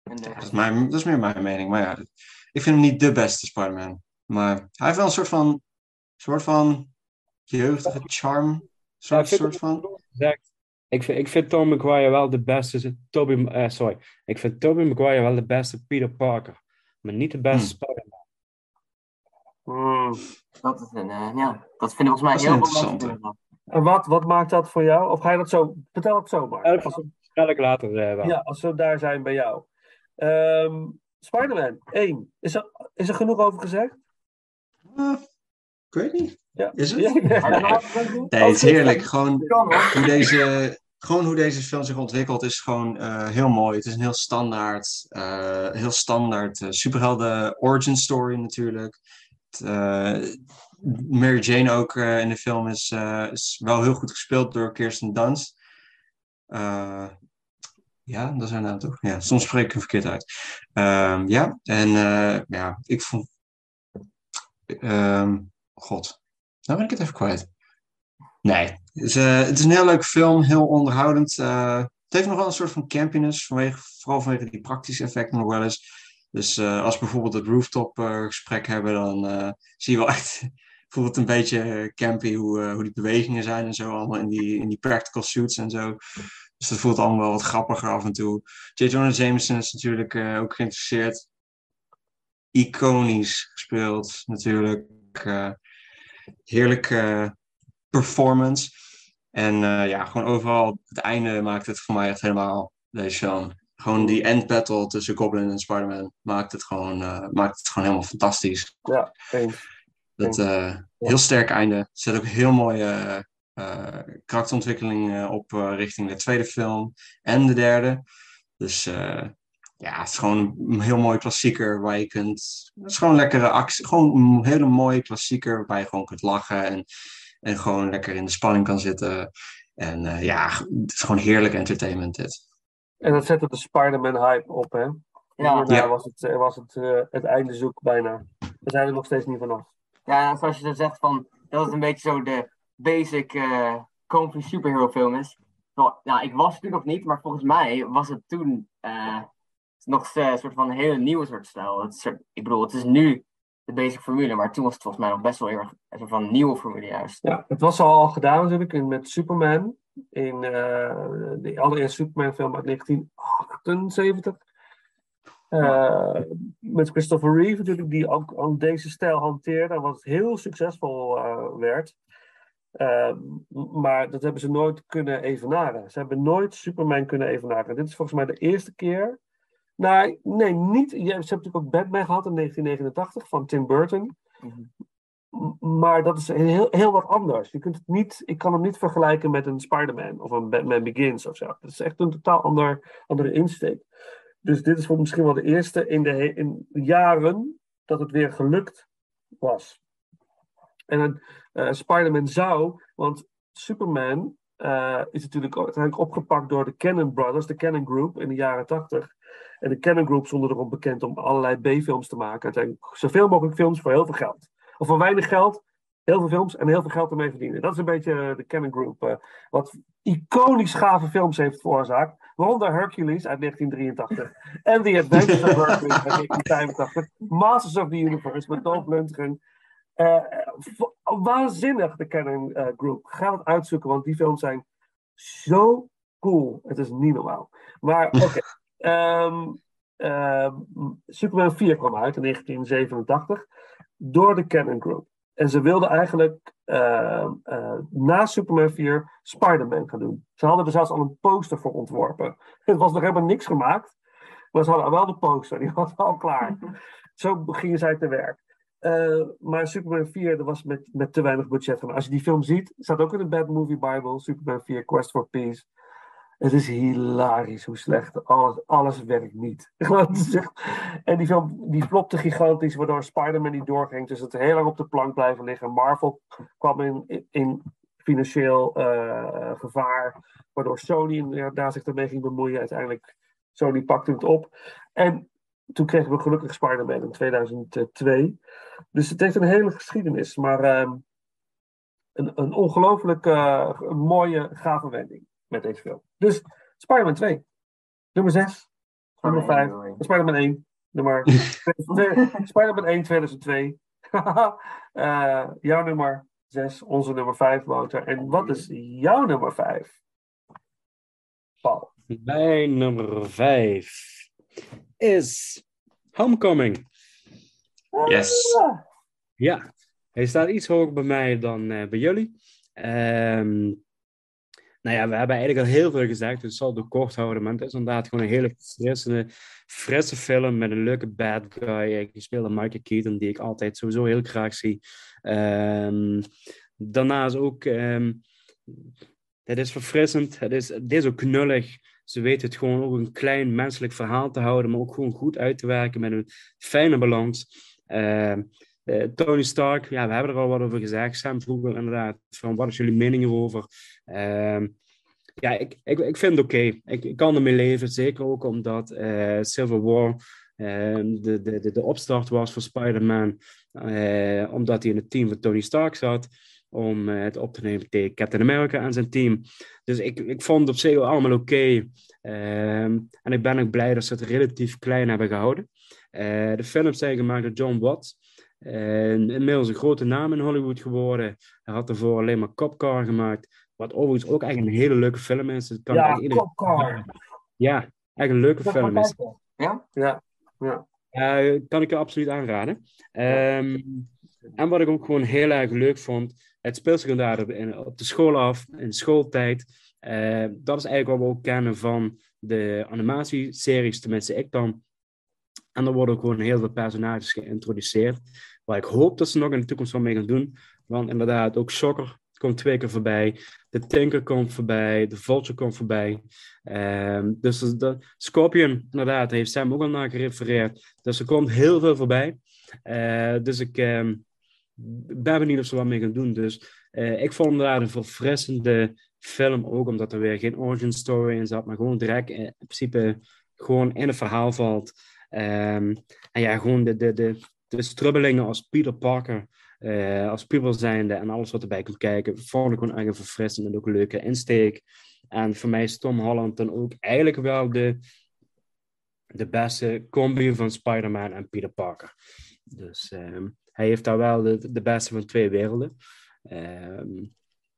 En de- Ja, dat, is mijn, dat is meer mijn mening. Maar ja, ik vind hem niet de beste Spider-Man. Maar hij heeft wel een soort van, soort van jeugdige charm. Ja, Soort, ik vind soort het van. gezegd. Ik vind, ik vind Tom Maguire wel de beste. Tobey, eh, sorry. Ik vind Tobey Maguire wel de beste Peter Parker. Maar niet de beste Hmm. Spider-Man. Hmm. Dat is een, eh, ja, dat vinden volgens mij Dat is een heel veel mensen interessante. vinden dat. En wat, wat maakt dat voor jou? Of ga je dat zo... Vertel het zo maar. Ja, dat Als we, vertel ik later eh, wel. ja, als we daar zijn bij jou. Ehm Spider-Man één. Is er, is er genoeg over gezegd? Ah, ik weet niet. Ja. Is het? Ja, ja. Hij daarna nog een keer? Nee, het is heerlijk. Dat Gewoon kan hoor. hoe deze, gewoon hoe deze film zich ontwikkelt is gewoon eh, heel mooi. Het is een heel standaard, eh, heel standaard eh, superhelden origin story natuurlijk. Het, eh, Mary Jane ook eh, in de film is, eh, is wel heel goed gespeeld door Kirsten Dunst. Eh, ja, dat zijn naam toch? Ja, soms spreek ik hem verkeerd uit. Ehm, ja, en eh, ja, ik vond... ehm, God, nou ben ik het even kwijt. Nee, het is, eh, het is een heel leuke film, heel onderhoudend. Eh, het heeft nog wel een soort van campiness, vanwege, vooral vanwege die praktische effecten nog wel eens. Dus eh, als we bijvoorbeeld het rooftop eh, gesprek hebben, dan eh, zie je wel echt bijvoorbeeld een beetje eh, campy hoe, eh, hoe die bewegingen zijn en zo, allemaal in die, in die practical suits en zo. Dus dat voelt allemaal wel wat grappiger af en toe. J. Jonah Jameson is natuurlijk eh, ook geïnteresseerd. Iconisch gespeeld, natuurlijk. Uh, heerlijk uh, performance. En uh, ja, gewoon overal, het einde maakt het voor mij echt helemaal, deze film. Gewoon die end battle tussen Goblin en Spider-Man maakt het gewoon, uh, maakt het gewoon helemaal fantastisch. Ja, eens. Dat uh, heel sterk einde. Er zit ook heel mooie uh, karakterontwikkeling op uh, richting de tweede film en de derde. Dus uh, ja, het is gewoon een heel mooi klassieker waar je kunt... Het is gewoon lekkere actie. Gewoon een hele mooie klassieker waarbij je gewoon kunt lachen en, en gewoon lekker in de spanning kan zitten. En uh, ja, het is gewoon heerlijk entertainment dit. En dat zette de Spider-Man hype op, hè? Ja. Hierna Ja. was het, was het, uh, het einde zoek bijna. We zijn er nog steeds niet vanaf. Ja, zoals je zo zegt, van, dat het een beetje zo de basic uh, comfy superhero film is. Zo, nou, ik was het toen nog niet, maar volgens mij was het toen uh, nog een soort van een hele nieuwe soort stijl. Het is, ik bedoel, het is nu de basic formule, maar toen was het volgens mij nog best wel erg een soort van nieuwe formule juist. Ja, het was al gedaan natuurlijk in, met Superman. In uh, de allereerste Superman film uit negentien achtenzeventig. Uh, met Christopher Reeve natuurlijk, die ook, ook deze stijl hanteerde. En wat heel succesvol uh, werd. Uh, maar dat hebben ze nooit kunnen evenaren. Ze hebben nooit Superman kunnen evenaren. Dit is volgens mij de eerste keer. Nou, nee, niet. Je, ze hebben natuurlijk ook Batman gehad in negentien negenentachtig van Tim Burton. Mm-hmm. Maar dat is heel, heel wat anders. Je kunt het niet, ik kan hem niet vergelijken met een Spider-Man of een Batman Begins of zo. Dat is echt een totaal ander, andere insteek. Dus dit is voor misschien wel de eerste in de, in de jaren dat het weer gelukt was. En uh, Spider-Man zou, want Superman uh, is natuurlijk uiteindelijk opgepakt door de Cannon Brothers, de Cannon Group in de jaren tachtig. En de Cannon Group stond erom bekend om allerlei B-films te maken. Uiteindelijk zoveel mogelijk films voor heel veel geld. Of voor weinig geld, heel veel films en heel veel geld ermee verdienen. Dat is een beetje de Cannon Group. Uh, wat iconisch gave films heeft veroorzaakt. Waaronder Hercules uit negentien drieëntachtig. En The Adventures of Hercules uit negentien vijfentachtig. Masters of the Universe met Dolph Lundgren. Uh, waanzinnig, de Cannon uh, Group. Ga het uitzoeken, want die films zijn zo cool. Het is niet normaal. Maar oké. Okay. Um, um, Superman vier kwam uit in negentien zevenentachtig. Door de Cannon Group. En ze wilden eigenlijk uh, uh, na Superman vier Spider-Man gaan doen. Ze hadden er zelfs al een poster voor ontworpen. Het was nog helemaal niks gemaakt. Maar ze hadden wel de poster. Die was al klaar. Zo gingen zij te werk. Uh, maar Superman vier, dat was met, met te weinig budget. Als je die film ziet, staat ook in de Bad Movie Bible. Superman vier, Quest for Peace. Het is hilarisch hoe slecht. Alles, alles werkt niet. En die film die flopte gigantisch, waardoor Spider-Man niet doorging. Dus het heel lang op de plank blijven liggen. Marvel kwam in, in financieel uh, gevaar. Waardoor Sony daar zich ermee ging bemoeien. Uiteindelijk, Sony pakte het op. En toen kregen we gelukkig Spider-Man in tweeduizend twee. Dus het heeft een hele geschiedenis. Maar uh, een, een ongelooflijk uh, een mooie, gave wending met deze film. Dus Spider-Man twee. Nummer zes. Nummer vijf. Spider-Man één. Nummer... Spider-Man één tweeduizend twee. uh, jouw nummer zes. Onze nummer vijf, Wouter. En wat is jouw nummer vijf? Paul. Mijn nummer vijf is Homecoming. Yes. Ah. Ja, hij staat iets hoger bij mij dan uh, bij jullie. Um, nou ja, we hebben eigenlijk al heel veel gezegd, dus ik zal het ook kort houden. Maar het is inderdaad gewoon een hele frisse, frisse film met een leuke bad guy. Gespeeld door Michael Keaton, die ik altijd sowieso heel graag zie. Um, daarnaast ook, um, het is verfrissend, het is, het is ook knullig. Ze weten het gewoon ook een klein menselijk verhaal te houden, maar ook gewoon goed uit te werken met een fijne balans. Uh, uh, Tony Stark, ja, we hebben er al wat over gezegd. Sam vroeger inderdaad, van wat is jullie mening erover? Uh, ja, ik, ik, ik vind het oké. Okay. Ik, ik kan ermee leven, zeker ook omdat uh, Civil War uh, de, de, de, de opstart was voor Spider-Man, uh, omdat hij in het team van Tony Stark zat, om uh, het op te nemen tegen Captain America en zijn team. Dus ik, ik vond het op zich allemaal oké. Okay. Uh, en ik ben ook blij dat ze het relatief klein hebben gehouden. Uh, de films zijn gemaakt door John Watts. Uh, inmiddels een grote naam in Hollywood geworden. Hij had ervoor alleen maar Cop Car gemaakt. Wat overigens ook echt een hele leuke film is. Het kan ja, echt Cop Car. Ja, echt een leuke dat film is. Ja? Ja. ja. Uh, kan ik je absoluut aanraden. Um, en wat ik ook gewoon heel erg leuk vond. Het speelt zich inderdaad op, in, op de school af, in schooltijd. Uh, dat is eigenlijk wat we ook kennen van de animatieseries, tenminste ik dan. En er worden ook gewoon heel veel personages geïntroduceerd. Waar ik hoop dat ze nog in de toekomst wel mee gaan doen. Want inderdaad, ook Shocker komt twee keer voorbij. De Tinker komt voorbij. De Vulture komt voorbij. Um, dus de Scorpion, inderdaad, heeft Sam ook al naar gerefereerd. Dus er komt heel veel voorbij. Uh, dus ik um, ben benieuwd of ze wat mee gaan doen. Dus uh, ik vond inderdaad een verfrissende film. Ook omdat er weer geen origin story in zat. Maar gewoon direct in principe gewoon in het verhaal valt. Um, en ja, gewoon de, de, de, de strubbelingen als Peter Parker, uh, als puber zijnde en alles wat erbij komt kijken, vond ik gewoon echt verfrissend en ook een leuke insteek. En voor mij is Tom Holland dan ook eigenlijk wel de, de beste combi van Spider-Man en Peter Parker. Dus um, hij heeft daar wel de, de beste van twee werelden. Um,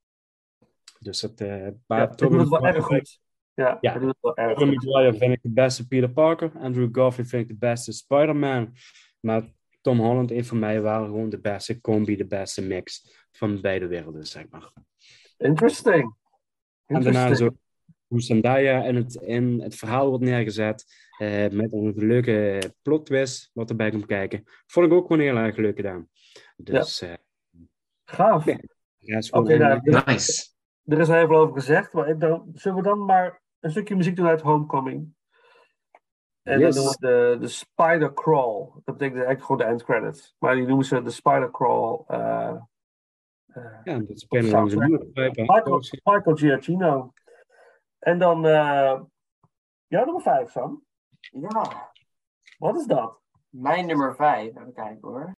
dus dat... Uh, ja, ik doe het wel erg goed. Ja, ja. Tobey Maguire vind ik de beste Peter Parker. Andrew Garfield vind ik de beste Spider-Man. Maar Tom Holland heeft voor mij wel gewoon de beste combi, de beste mix van beide werelden, zeg maar. Interesting. En daarna zo hoe Zendaya in het, in het verhaal wordt neergezet. Uh, met een leuke plot twist wat erbij komt kijken. Vond ik ook gewoon heel erg leuk gedaan. Dus... Ja. Uh, Gaaf. Ja, ja, is okay, nou, er, nice. Er is heel veel over gezegd, maar dan, zullen we dan maar een stukje muziek doen uit Homecoming? En yes. Dan doen we de, de Spider Crawl. Dat betekent eigenlijk gewoon de end credits. Maar die noemen ze de Spider Crawl. Uh, uh, ja, dat spelen we onze moeder. Michael, Michael Giacchino. En dan uh, jouw nummer vijf, Sam. Ja. Wat is dat? Mijn nummer vijf, even kijken hoor.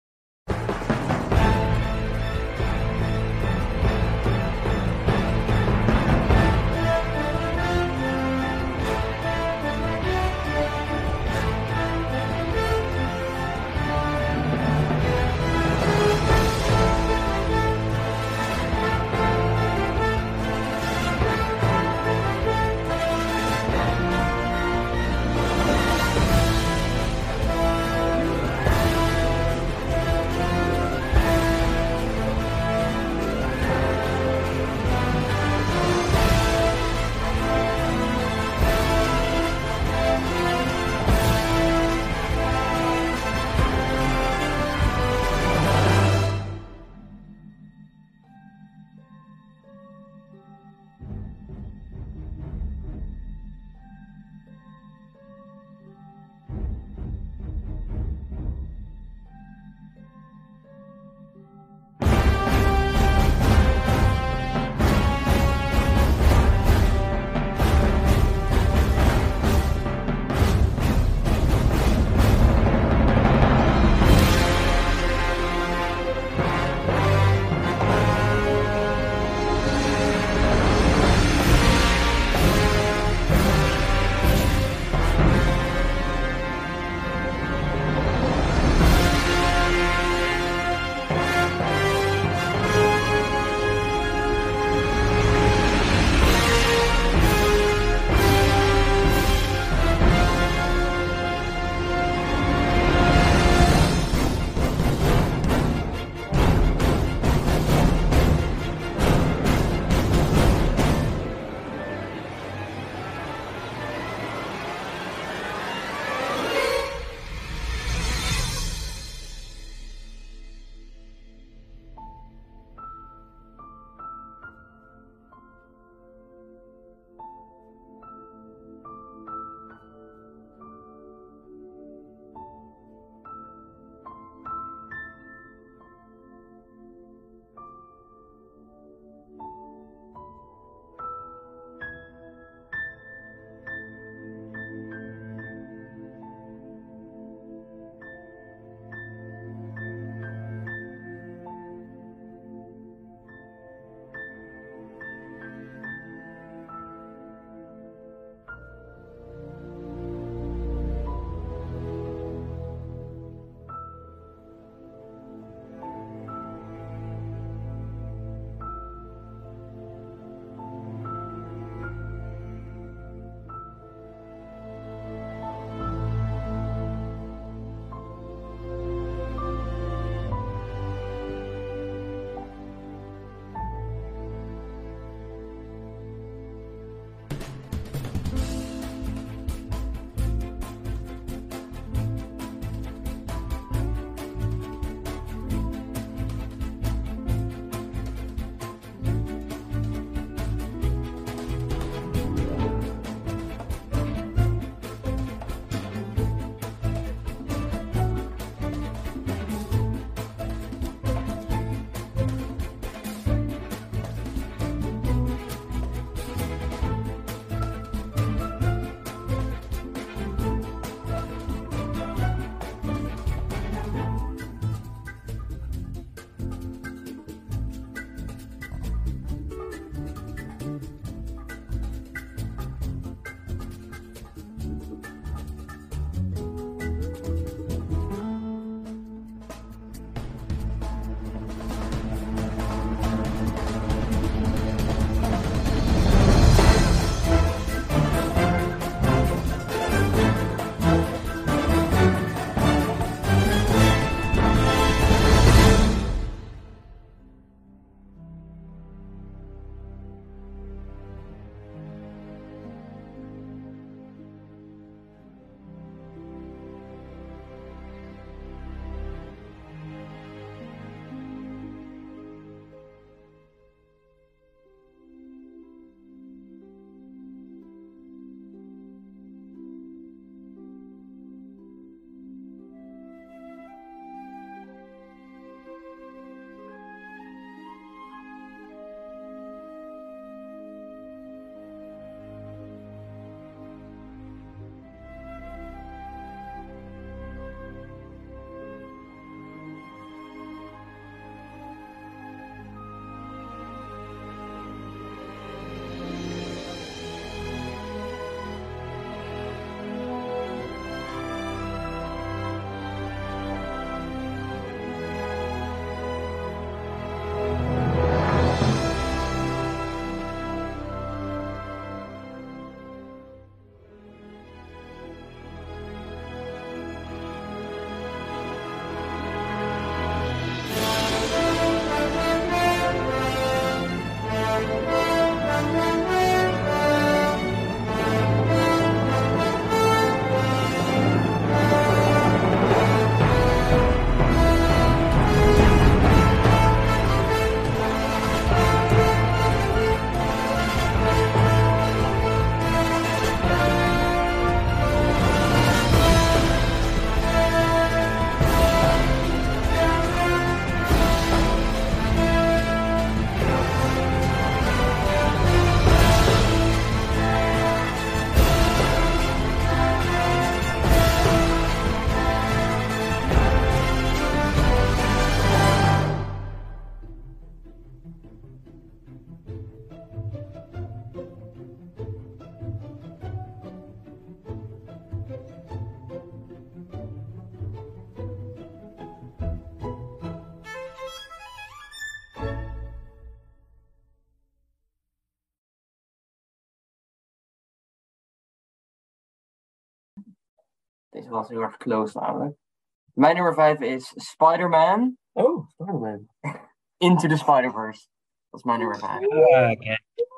Deze was heel erg close namelijk. Mijn nummer vijf is Spider-Man Oh, Spider-Man. Into the Spider-Verse. Dat is mijn nummer vijf. Ah, oké.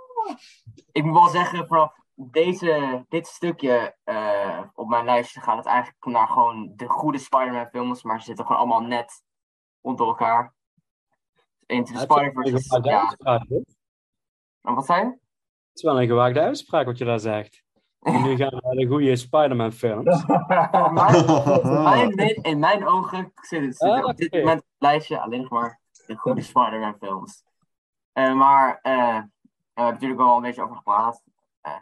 Ik moet wel zeggen, vanaf deze, dit stukje uh, op mijn lijstje gaat het eigenlijk naar gewoon de goede Spider-Man films, maar ze zitten gewoon allemaal net onder elkaar. Into the Het is wel Spider-Verse een is, gewaagde ja. uitspraak, hoor. En wat zei je? Het is wel een gewaagde uitspraak wat je daar zegt. En nu gaan we naar de goede Spider-Man films. Voor mij, voor mij, nee, in mijn ogen zit het, zit Ah, het op dit oké. moment op het lijstje alleen nog maar de goede Spider-Man films. Uh, maar uh, we hebben natuurlijk al een beetje over gepraat. Uh,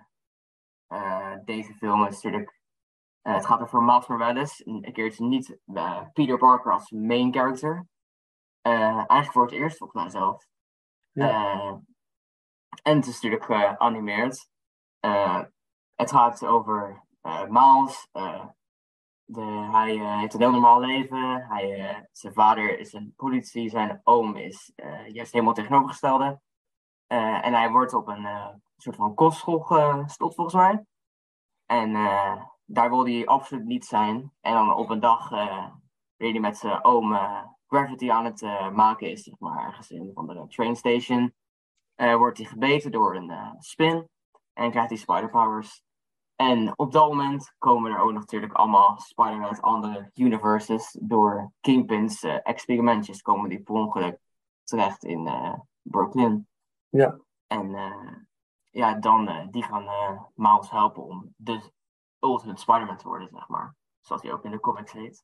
uh, deze film is natuurlijk... Uh, het gaat over Miles Morales. Een keertje niet uh, Peter Parker als main character. Uh, eigenlijk voor het eerst, volgens mij zelf. Ja. Uh, en het is natuurlijk geanimeerd. Uh, het gaat over uh, Miles. Uh, de, hij uh, heeft een heel normaal leven. Hij, uh, zijn vader is een politie. Zijn oom is uh, juist helemaal tegenovergestelde. Uh, en hij wordt op een uh, soort van kostschool gestopt, volgens mij. En uh, daar wil hij absoluut niet zijn. En dan op een dag uh, wil hij met zijn oom uh, graffiti aan het uh, maken is, zeg maar, ergens in een andere train station. Uh, wordt hij gebeten door een uh, spin. En krijgt hij spider powers. En op dat moment komen er ook natuurlijk allemaal Spider-Man uit andere universes. Door Kingpin's uh, experimentjes komen die per ongeluk terecht in uh, Brooklyn. Ja. En uh, ja, dan uh, die gaan uh, Miles helpen om de Ultimate Spider-Man te worden, zeg maar. Zoals hij ook in de comics heet.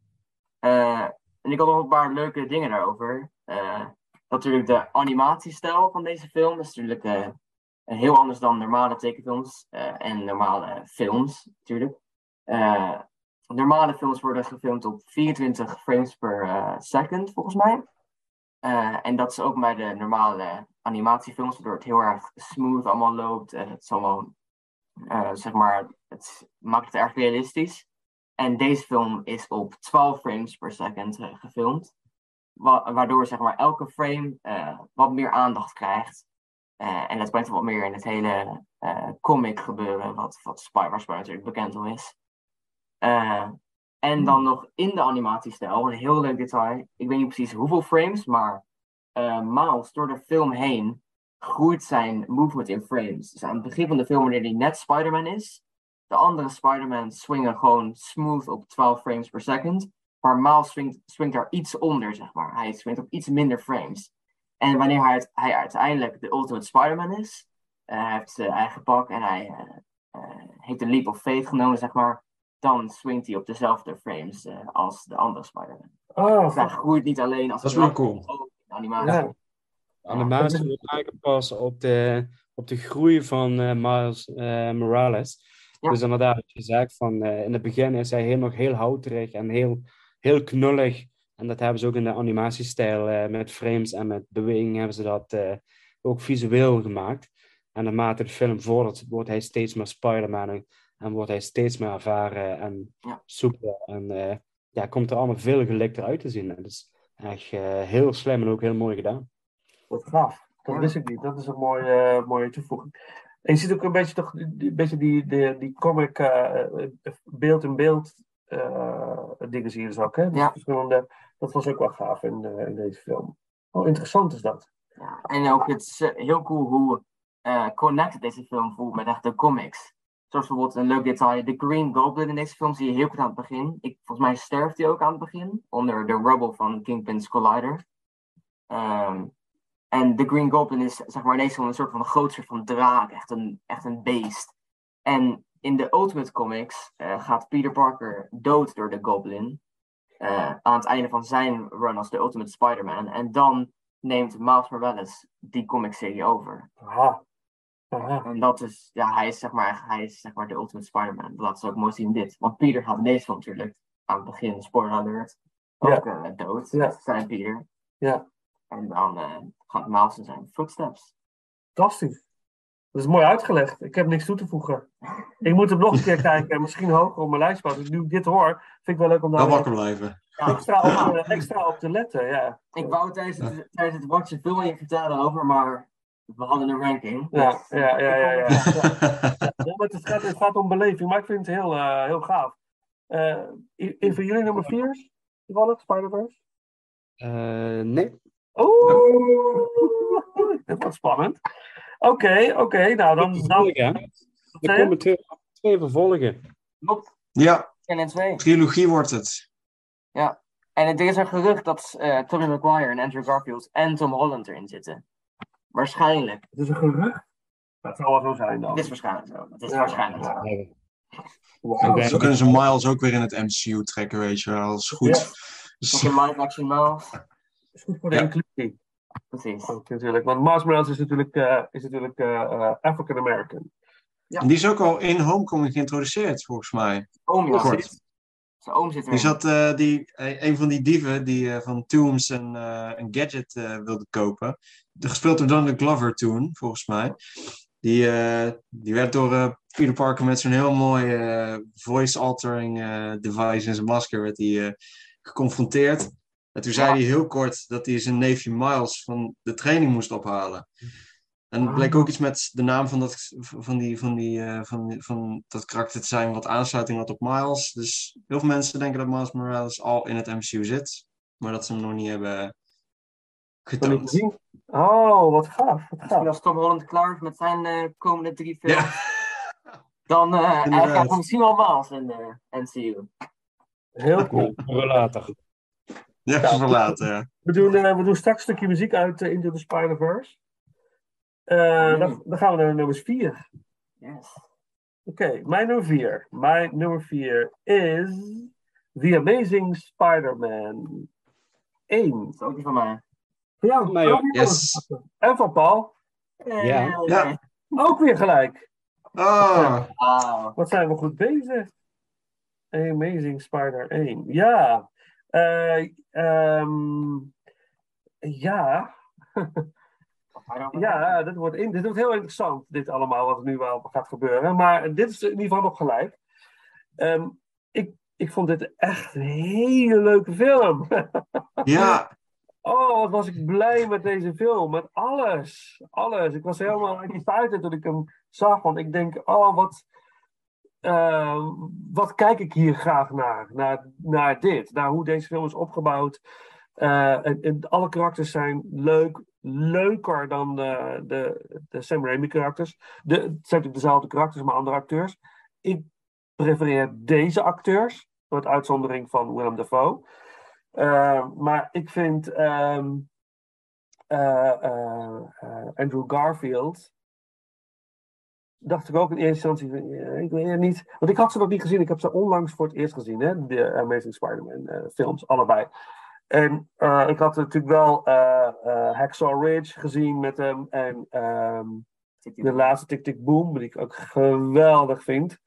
Uh, en ik had nog een paar leuke dingen daarover. Uh, natuurlijk de animatiestijl van deze film is natuurlijk uh, heel anders dan normale tekenfilms uh, en normale films, natuurlijk. Uh, normale films worden gefilmd op vierentwintig frames per uh, second, volgens mij. Uh, en dat is ook bij de normale animatiefilms, waardoor het heel erg smooth allemaal loopt. En het is allemaal, uh, zeg maar, het maakt het erg realistisch. En deze film is op twaalf frames per second uh, gefilmd. Wa- waardoor, zeg maar, elke frame uh, wat meer aandacht krijgt. Uh, en dat brengt wat meer in het hele uh, comic gebeuren, wat, wat Spider-Man natuurlijk bekend al is. Uh, en dan nog in de animatiestijl, een heel leuk detail. Ik weet niet precies hoeveel frames, maar uh, Miles door de film heen groeit zijn movement in frames. Dus aan het begin van de film, wanneer hij net Spider-Man is, de andere Spider-Man swingen gewoon smooth op twaalf frames per second. Maar Miles swingt, swingt daar iets onder, zeg maar. Hij swingt op iets minder frames. En wanneer hij, het, hij uiteindelijk de Ultimate Spider-Man is, uh, hij heeft zijn eigen pak en hij uh, uh, heeft een leap of faith genomen, zeg maar. Dan swingt hij op dezelfde frames uh, als de andere Spider-Man. Oh, Dus hij groeit niet alleen als Dat is wel cool. ook in animatie. Ja. De animatie wordt aangepast op de, op de groei van uh, Miles uh, Morales. Ja. Dus inderdaad, wat je zegt, van, uh, in het begin is hij heel, nog heel houterig en heel, heel knullig. En dat hebben ze ook in de animatiestijl uh, met frames en met beweging hebben ze dat uh, ook visueel gemaakt. En naarmate de film vordert, wordt hij steeds meer Spider-Man en, en wordt hij steeds meer ervaren en Ja. soepel. En uh, ja, komt er allemaal veel gelikter uit te zien. En dat is echt uh, heel slim en ook heel mooi gedaan. Wat gaaf. Dat Ja. wist ik niet. Dat is een mooie, uh, mooie toevoeging. En je ziet ook een beetje, toch, die, een beetje die, die, die comic uh, beeld in beeld uh, dingen zie je dus ook. Hè? Dus Ja. verschillende, dat was ook wel gaaf in, uh, in deze film. Oh, interessant is dat. Ja, en ook het is uh, heel cool hoe uh, connected deze film voelt met echt de comics. Zoals bijvoorbeeld een leuk detail, de Green Goblin in deze film zie je heel goed aan het begin. Ik, volgens mij sterft hij ook aan het begin, onder de rubble van Kingpin's Collider. Um, en de Green Goblin is, zeg maar, ineens een soort van een groot soort van draak, echt een, echt een beest. En in de Ultimate Comics uh, gaat Peter Parker dood door de Goblin. Uh, aan het einde van zijn run als de Ultimate Spider-Man. En dan neemt Miles Morales die comicserie over. Aha. Aha. En dat is, ja, hij is zeg maar, hij is zeg maar de Ultimate Spider-Man. Dat laat ze ook mooi zien in dit. Want Peter gaat in deze film natuurlijk, aan het begin, spoiler alert, ook Ja. uh, dood. Ja. Zijn Peter. Ja. En dan uh, gaat Miles in zijn footsteps. Fantastisch. Dat is mooi uitgelegd. Ik heb niks toe te voegen. Ik moet hem nog een keer kijken. Misschien hoger op mijn lijst. Maar nu ik dit hoor, vind ik wel leuk om daar Wel wakker blijven. extra op, uh, extra op te letten. Ja. Ik wou tijdens het, tijdens het watchen veel meer vertellen over, maar we hadden een ranking. Ja, ja, ja, ja, ja. Ja, maar het, gaat, het gaat om beleving, maar ik vind het heel, uh, heel gaaf. Uh, een van jullie nummer vier? Toevallig, Spider-Verse? Uh, nee. Oeh, dat was spannend. Oké, okay, oké, okay, nou dan... dan... Er komen twee, twee vervolgen. Klopt. Ja, en twee. Trilogie wordt het. Ja, en er is een gerucht dat uh, Tobey Maguire en Andrew Garfield en Tom Holland erin zitten. Waarschijnlijk. Het is een gerucht? Dat zal wel zo zijn dan. Het is waarschijnlijk zo. Het is ja, waarschijnlijk zo. Ja. Wow. Zo kunnen ze Miles ook weer in het M C U trekken, weet je wel. Dat is goed. Ja. Dus... Nog een live action Miles. Dat is goed voor de ja. inclusie. Precies. Ook, natuurlijk. Want Miles Morales is natuurlijk, uh, is natuurlijk uh, uh, African American. Ja. En die is ook al in Homecoming geïntroduceerd, volgens mij. Oom, ja. Kort. Zijn oom zit erin. Die zat, uh, die, een van die dieven die uh, van Tooms een, uh, een gadget uh, wilde kopen. Gespeeld door Donald Glover toen, volgens mij. Die, uh, die werd door uh, Peter Parker met zo'n heel mooi uh, voice-altering uh, device in zijn masker werd die, uh, geconfronteerd. En toen zei ja. hij heel kort dat hij zijn neefje Miles van de training moest ophalen. En het bleek ook iets met de naam van dat, van die, van die, uh, van, van dat karakter te zijn wat aansluiting had op Miles. Dus heel veel mensen denken dat Miles Morales al in het M C U zit. Maar dat ze hem nog niet hebben getoond. Oh, wat gaaf. Wat gaaf. Als Tom Holland klaar is met zijn uh, komende drie films, ja. dan uh, hij gaat hij misschien wel Miles in de M C U. Heel cool. Voor later. Ja, ja, voor later, ja. We doen, uh, we doen straks een stukje muziek uit uh, Into the Spider-Verse. Uh, mm. dan, dan gaan we naar nummer vier. Yes. Oké, okay, mijn nummer vier. Mijn nummer vier is The Amazing Spider-Man één. Dat is ook die van mij. Ja, van mij ook. Yes. En van Paul. Ja. ja. Ook weer gelijk. Oh. Wow. Wat zijn we goed bezig. Amazing Spider één. Ja. Uh, um, ja. Ja, dit wordt, in, dit wordt heel interessant, dit allemaal, wat er nu wel gaat gebeuren. Maar dit is in ieder geval nog gelijk. Um, ik, ik vond dit echt een hele leuke film. Ja. Oh, wat was ik blij met deze film. Met alles. Alles. Ik was helemaal excited toen ik hem zag. Want ik denk, oh, wat... Uh, wat kijk ik hier graag naar? Naar, naar dit. Naar hoe deze film is opgebouwd. Uh, en, en alle karakters zijn leuk. Leuker dan de, de, de Sam Raimi karakters. De, het zijn natuurlijk dezelfde karakters, maar andere acteurs. Ik prefereer deze acteurs. Met uitzondering van Willem Dafoe. Uh, maar ik vind um, uh, uh, uh, Andrew Garfield... dacht ik ook in eerste instantie, ik weet het niet. Want ik had ze nog niet gezien. Ik heb ze onlangs voor het eerst gezien. Hè? De Amazing Spider-Man uh, films, allebei. En uh, ik had natuurlijk wel uh, uh, Hacksaw Ridge gezien met hem. En um, de laatste Tick Tick Boom, die ik ook geweldig vind.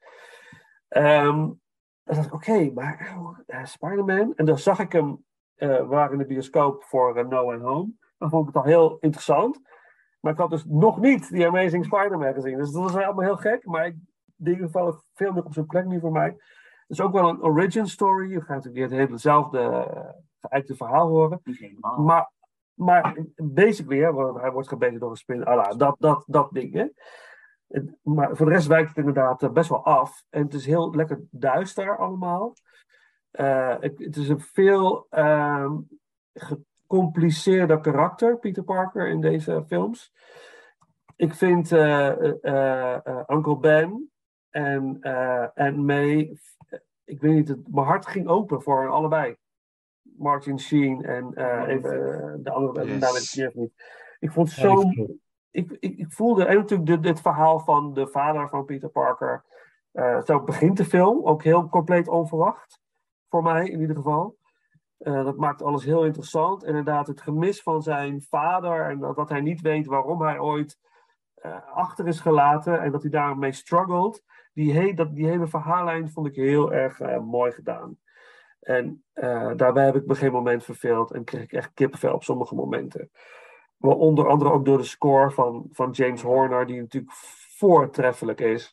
Um, dan dacht ik, oké, okay, maar uh, Spider-Man. En dan zag ik hem, uh, we waren in de bioscoop voor uh, No Way Home. Dan vond ik het al heel interessant. Maar ik had dus nog niet die Amazing Spider-Man gezien. Dus dat was allemaal heel gek. Maar ik denk in ieder geval veel meer op zijn plek nu voor mij. Het is ook wel een origin story. Je gaat natuurlijk weer het hetzelfde uh, geëikte verhaal horen. Maar, maar basically, hè, hij wordt gebeten door een spin. Allah, dat, dat, dat ding. Hè. Maar voor de rest wijkt het inderdaad uh, best wel af. En het is heel lekker duister allemaal. Uh, het, het is een veel... Uh, gecompliceerder karakter, Peter Parker, in deze films. Ik vind uh, uh, uh, Uncle Ben en uh, Aunt May, ik weet niet, het, mijn hart ging open voor hen allebei. Martin Sheen en uh, even, uh, de andere, yes. Daar weet ik niet. Ik vond zo, ik, ik, ik voelde, en natuurlijk dit, dit verhaal van de vader van Peter Parker, uh, zo begint de film, ook heel compleet onverwacht, voor mij in ieder geval. Uh, dat maakt alles heel interessant. Inderdaad, het gemis van zijn vader en dat, dat hij niet weet waarom hij ooit uh, achter is gelaten en dat hij daarmee struggelt. Die, he- dat, die hele verhaallijn vond ik heel erg uh, mooi gedaan. En uh, daarbij heb ik me geen moment verveeld en kreeg ik echt kippenvel op sommige momenten. Maar onder andere ook door de score van, van James Horner, die natuurlijk voortreffelijk is.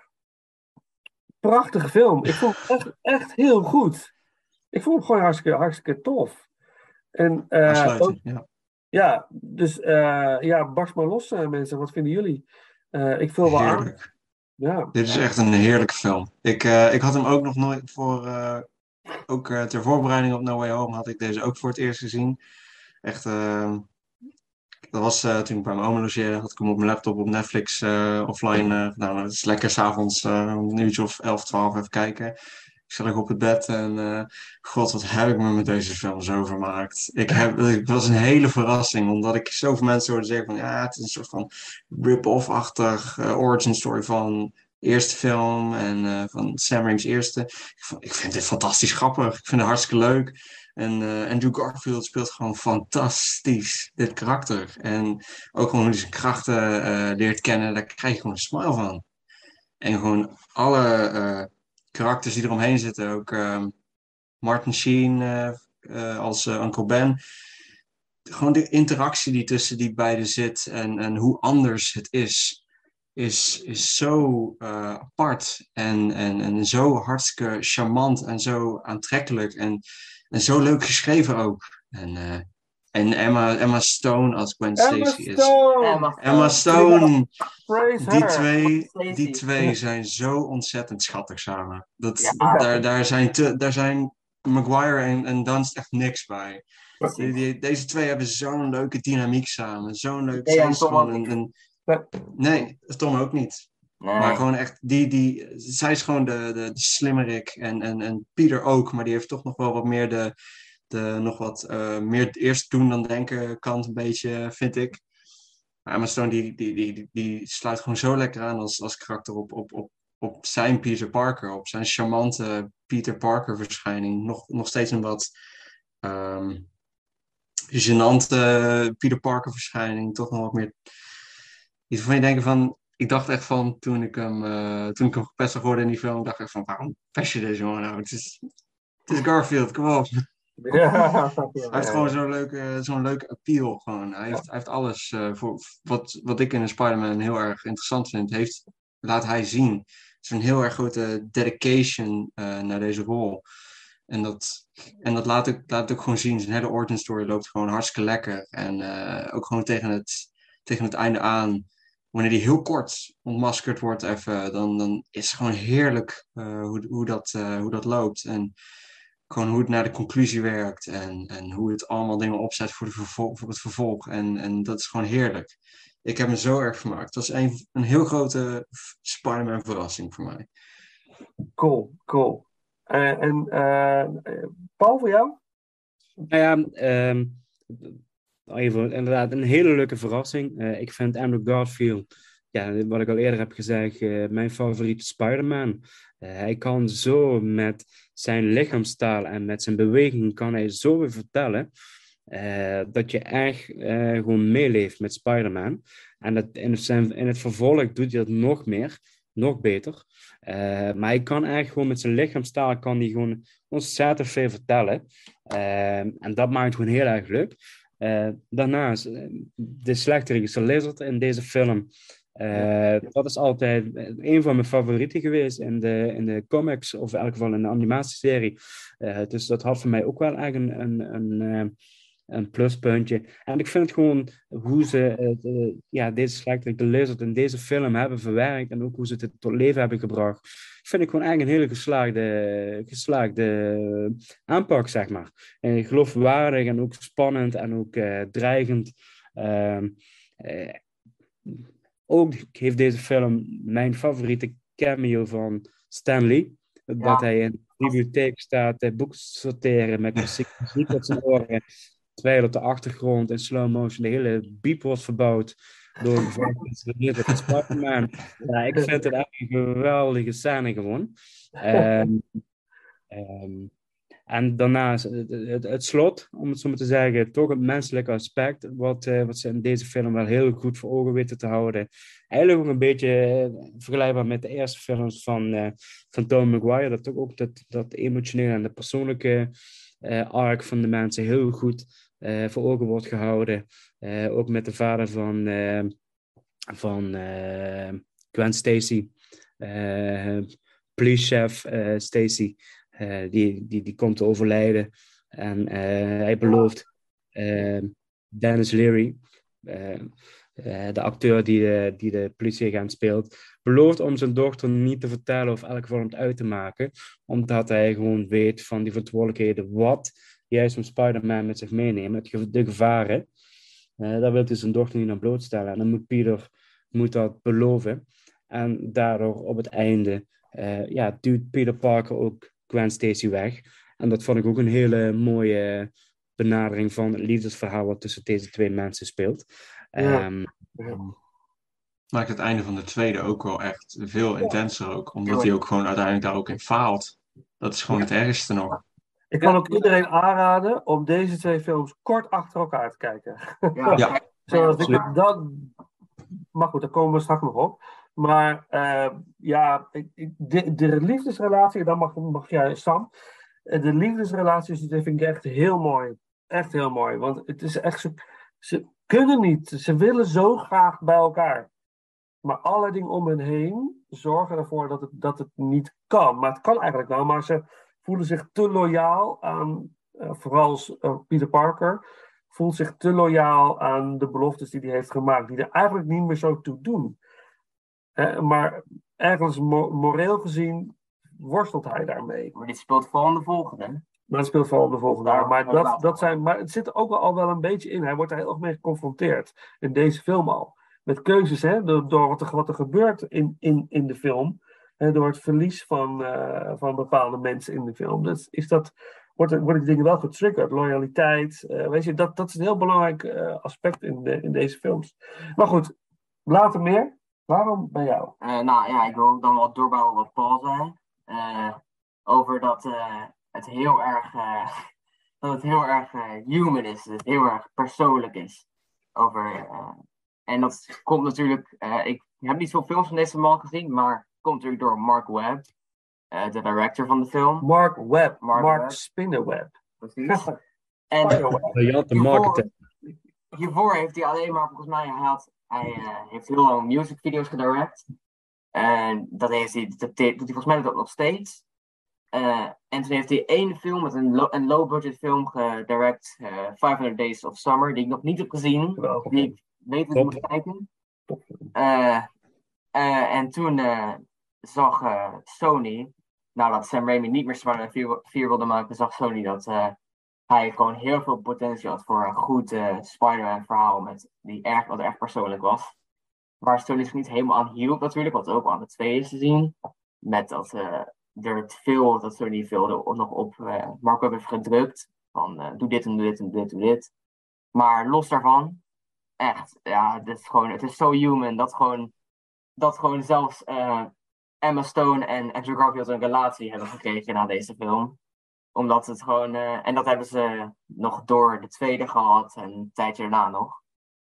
Prachtige film. Ik vond het echt, echt heel goed. Ik vond het gewoon hartstikke, hartstikke tof. En, uh, ook, ja. ja, dus uh, ja, barst maar los uh, mensen. Wat vinden jullie? Uh, ik vul wel aan. Ja. Dit is echt een heerlijke film. Ik, uh, ik had hem ook nog nooit voor... Uh, ook uh, ter voorbereiding op No Way Home had ik deze ook voor het eerst gezien. Echt... Uh, dat was uh, toen ik bij mijn oma logeerde, had ik hem op mijn laptop op Netflix uh, offline uh, gedaan. Het is lekker s'avonds uh, een uurtje of elf, twaalf even kijken. Ik zat nog op het bed en uh, god, wat heb ik me met deze film zo vermaakt. Ik heb, het was een hele verrassing, omdat ik zoveel mensen hoorde zeggen van ja, het is een soort van rip-off-achtig uh, origin story van de eerste film en uh, van Sam Raimi's eerste. Ik, vond, ik vind dit fantastisch grappig, ik vind het hartstikke leuk. En uh, Andrew Garfield speelt gewoon fantastisch dit karakter. En ook gewoon hoe hij zijn krachten uh, leert kennen, daar krijg je gewoon een smile van. En gewoon alle uh, karakters die eromheen zitten, ook uh, Martin Sheen uh, uh, als uh, Uncle Ben. Gewoon de interactie die tussen die beiden zit en, en hoe anders het is, is, is zo uh, apart en, en, en zo hartstikke charmant en zo aantrekkelijk en, en zo leuk geschreven ook. En, uh, en Emma, Emma Stone als Gwen Stacy is. Emma, Emma Stone, Praise die her. twee, die twee zijn zo ontzettend schattig samen. Dat, Ja. daar, daar, zijn te, daar zijn Maguire en, en Dunst echt niks bij. Die, die, deze twee hebben zo'n leuke dynamiek samen. Zo'n leuk... Nee, zij en is Tom gewoon ook een, niet. een, nee, Tom ook niet. Nee. Maar gewoon echt, die, die, zij is gewoon de, de, de slimmerik en, en, en Pieter ook, maar die heeft toch nog wel wat meer de, de nog wat uh, meer eerst doen dan denken kant een beetje, vind ik. Maar Emma Stone, die, die, die, die, die sluit gewoon zo lekker aan als, als karakter op, op, op, op zijn Peter Parker, op zijn charmante Peter Parker verschijning. Nog, nog steeds een wat um, gênante Peter Parker verschijning, toch nog wat meer... Iets van je denken van, ik dacht echt van, toen ik hem, uh, toen ik hem gepest zag worden in die film, dacht ik van, waarom pest je deze jongen nou? Het is, het is Garfield, kom op. Ja, Hij heeft gewoon zo'n leuke, zo'n leuke appeal gewoon. Hij heeft, Ja. hij heeft alles uh, voor wat, wat ik in een Spider-Man heel erg interessant vind, heeft, laat hij zien. Het is een heel erg grote dedication uh, naar deze rol. En dat, en dat laat ik, laat ik ook gewoon zien. Zijn hele origin story loopt gewoon hartstikke lekker. En uh, ook gewoon tegen het, tegen het einde aan. Wanneer die heel kort ontmaskerd wordt even, dan, dan is het gewoon heerlijk uh, hoe, hoe, dat, uh, hoe dat loopt. En gewoon hoe het naar de conclusie werkt. En, en hoe het allemaal dingen opzet voor, de vervol- voor het vervolg. En, en dat is gewoon heerlijk. Ik heb me zo erg vermaakt. Dat is een, een heel grote Spider-Man verrassing voor mij. Cool, cool. Uh, en uh, Paul, voor jou? Nou ja, um, even, inderdaad, een hele leuke verrassing. Uh, ik vind Andrew Garfield, ja, wat ik al eerder heb gezegd, uh, mijn favoriete Spider-Man. Uh, hij kan zo met zijn lichaamstaal en met zijn beweging kan hij zoveel vertellen, uh, dat je echt uh, gewoon meeleeft met Spider-Man. En dat in, zijn, in het vervolg doet hij dat nog meer, nog beter. Uh, maar hij kan eigenlijk gewoon met zijn lichaamstaal kan hij gewoon ontzettend veel vertellen. Uh, en dat maakt het gewoon heel erg leuk. Uh, daarnaast, de slechterige Lizard in deze film. Uh, dat is altijd een van mijn favorieten geweest in de, in de comics, of in elk geval in de animatieserie. Uh, dus dat had voor mij ook wel echt een, een, een, een, een pluspuntje. En ik vind het gewoon hoe ze uh, uh, ja, deze slechterige Lizard in deze film hebben verwerkt en ook hoe ze het tot leven hebben gebracht, vind ik gewoon eigenlijk een hele geslaagde, geslaagde aanpak, zeg maar. En geloofwaardig en ook spannend en ook uh, dreigend. Uh, uh, ook heeft deze film mijn favoriete cameo van Stan Lee. Ja. Dat hij in de bibliotheek staat, uh, boeken sorteren met muziek, muziek op zijn oren. Terwijl op de achtergrond in slow motion de hele beep wordt verbouwd door de Spider-Man. Ja, ik vind het echt een geweldige scène gewoon. Um, um, en daarnaast het, het, het slot, om het zo maar te zeggen, toch het menselijke aspect, wat, uh, wat ze in deze film wel heel goed voor ogen weten te houden. Eigenlijk ook een beetje uh, vergelijkbaar met de eerste films van, uh, van Tobey Maguire, dat toch ook dat, dat emotionele en de persoonlijke uh, arc van de mensen heel goed uh, voor ogen wordt gehouden. Uh, ook met de vader van, uh, van uh, Gwen Stacy, uh, police-chef uh, Stacy. Uh, die, die, die komt te overlijden. En uh, hij belooft uh, Dennis Leary, uh, uh, de acteur die de, die de politieagent speelt, belooft om zijn dochter niet te vertellen of elke vorm uit te maken, omdat hij gewoon weet van die verantwoordelijkheden wat juist van Spider-Man met zich meenemen, het ge- de gevaren. Uh, daar wil hij zijn dochter niet aan blootstellen. En dan moet Peter moet dat beloven. En daardoor op het einde uh, ja, duwt Peter Parker ook Gwen Stacy weg. En dat vond ik ook een hele mooie benadering van het liefdesverhaal wat tussen deze twee mensen speelt. Ja. Um, Ja. Maakt het einde van de tweede ook wel echt veel intenser ook. Omdat hij ook gewoon uiteindelijk daar ook in faalt. Dat is gewoon het ergste nog. Ik kan ook iedereen aanraden om deze twee films kort achter elkaar te kijken. Ja, Ja. Zoals ik het dan. Maar goed, daar komen we straks nog op. Maar uh, ja, ik- ik- de, de liefdesrelatie, dan mag, mag jij, Sam. Eh, De liefdesrelaties, die vind ik echt heel mooi. Echt heel mooi. Want het is echt, ze, ze kunnen niet. Ze willen zo graag bij elkaar. Maar alle dingen om hen heen zorgen ervoor dat het, dat het niet kan. Maar het kan eigenlijk wel, maar ze voelen zich te loyaal aan, uh, vooral uh, Peter Parker, voelt zich te loyaal aan de beloftes die hij heeft gemaakt, die er eigenlijk niet meer zo toe doen. Eh, maar ergens mo- moreel gezien worstelt hij daarmee. Maar dit speelt vooral in de volgende. Maar dat speelt vooral de volgende Daar- jaar. Maar, daar dat, later dat zijn, maar het zit er ook al wel een beetje in. Hij wordt er heel erg mee geconfronteerd in deze film al. Met keuzes, hè, door, door wat, er, wat er gebeurt in, in, in de film. Hè, door het verlies van, uh, van bepaalde mensen in de film. Dus is dat, wordt, worden die dingen wel getriggerd. Loyaliteit. Uh, weet je, dat, dat is een heel belangrijk uh, aspect in, de, in deze films. Maar goed, later meer. Waarom bij jou? Uh, nou ja, ik wil ook dan wel doorbouwen wat Paul zei. Uh, over dat uh, het heel erg, uh, dat het heel erg uh, human is. Dat het heel erg persoonlijk is. Over, uh, en dat komt natuurlijk, uh, ik heb niet veel films van deze man gezien, maar het komt natuurlijk door Mark Webb, uh, de director van de film. Mark Webb. Mark Mark Webb. Spinnenweb. Precies. En Spiderweb. briljante hiervoor, marketing. hiervoor heeft hij alleen maar, volgens mij, hij, had, hij uh, heeft heel lang musicvideo's gedirect. En dat heeft hij, dat doet hij volgens mij dat nog steeds. Uh, en toen heeft hij één film met een, lo- een low-budget film gedirect, uh, vijfhonderd Days of Summer, die ik nog niet heb gezien. Geweldig. Die ik weet dat ik Top. moet kijken. Uh, uh, en toen uh, zag uh, Sony, nadat Sam Raimi niet meer Spider-Man vier wilde maken, zag Sony dat uh, hij gewoon heel veel potentie had voor een goed uh, Spider-Man verhaal, met, die erg, wat erg persoonlijk was. Waar Sony zich niet helemaal aan hielp natuurlijk, wat ook aan de twee is te zien. Met dat uh, er te veel, dat Sony veel nog op uh, Mark Webb heeft gedrukt. Van uh, doe dit en doe dit en doe dit, doe dit. Maar los daarvan, echt, ja, dit is gewoon, het is zo human dat gewoon, dat gewoon zelfs uh, Emma Stone en Andrew Garfield een relatie hebben gekregen na deze film. Omdat het gewoon, uh, en dat hebben ze nog door de tweede gehad en een tijdje daarna nog.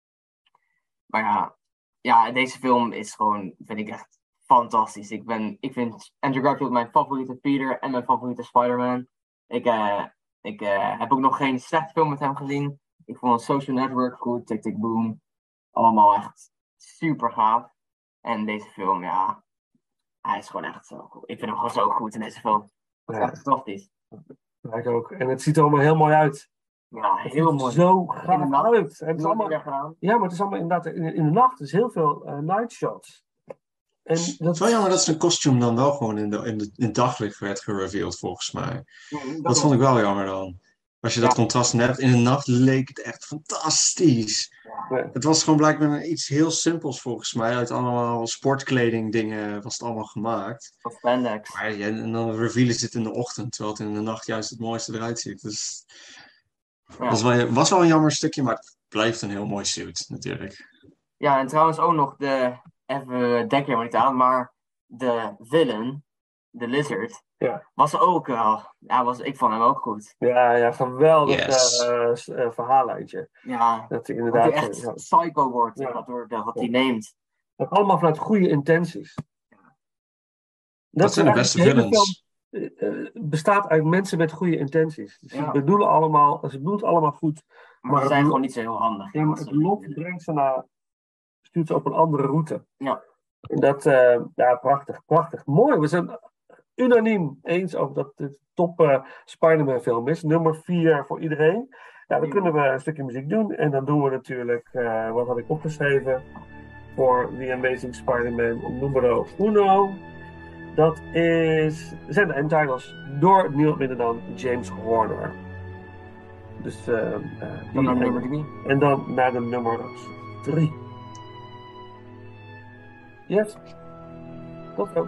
Maar ja, ja, deze film is gewoon, vind ik echt fantastisch. Ik, ben, ik vind Andrew Garfield mijn favoriete Peter en mijn favoriete Spider-Man. Ik, uh, ik uh, heb ook nog geen slechte film met hem gezien. Ik vond Social Network goed, Tick Tick Boom. Allemaal echt super gaaf. En deze film, ja, hij is gewoon echt zo cool. Ik vind hem gewoon zo goed in deze film. Het is Ja. echt fantastisch. Ja, ik ook. En het ziet er allemaal heel mooi uit. Ja, Het heel ziet er mooi. zo In de gaaf nacht. uit. En het is Heel allemaal, mooi gedaan. ja, maar het is allemaal inderdaad in, in de nacht. Er is heel veel uh, night shots. En Het dat is wel jammer dat zijn kostuum dan wel gewoon in, de, in, de, in het daglicht werd gereveeld, volgens mij. Mm, Dat vond ik wel jammer dan. Als je dat Ja. contrast net hebt, in de nacht leek het echt fantastisch. Ja. Het was gewoon blijkbaar iets heel simpels, volgens mij. Uit allemaal sportkleding dingen was het allemaal gemaakt. Van spandex. Maar ja, en dan revealen ze het in de ochtend, terwijl het in de nacht juist het mooiste eruit ziet. Dus Ja. dat was wel, was wel een jammer stukje, maar het blijft een heel mooi suit, natuurlijk. Ja, en trouwens ook nog de, even denk er maar niet aan, maar de villain, de lizard, Ja. was ook wel, ja, was, ik vond hem ook goed. Ja, ja, geweldig Yes. uh, s- uh, verhaallijntje. Ja, Dat hij dat inderdaad. hij echt uh, ja, psycho wordt, Ja. ja. door de, wat hij neemt. dat allemaal vanuit goede intenties. Dat, is zijn de eigenlijk beste de hele villains. film, uh, bestaat uit mensen met goede intenties. Dus Ja. ze bedoelen allemaal, ze bedoelen het allemaal goed. Maar, Maar ze het zijn lo- gewoon niet zo heel handig. Ja, maar het lot brengt ze naar, stuurt ze op een andere route. Ja. En dat, uh, ja, prachtig, prachtig. Mooi, we zijn unaniem eens over dat dit top uh, Spider-Man film is. Nummer vier voor iedereen. Ja, dan kunnen we een stukje muziek doen. En dan doen we natuurlijk, uh, wat had ik opgeschreven voor The Amazing Spider-Man numero uno. Dat is, zijn de endtitles door niemand minder dan James Horner. Dus, uh, uh, Dan naar de nummer drie. En dan naar de nummer drie. Yes. Tot zo.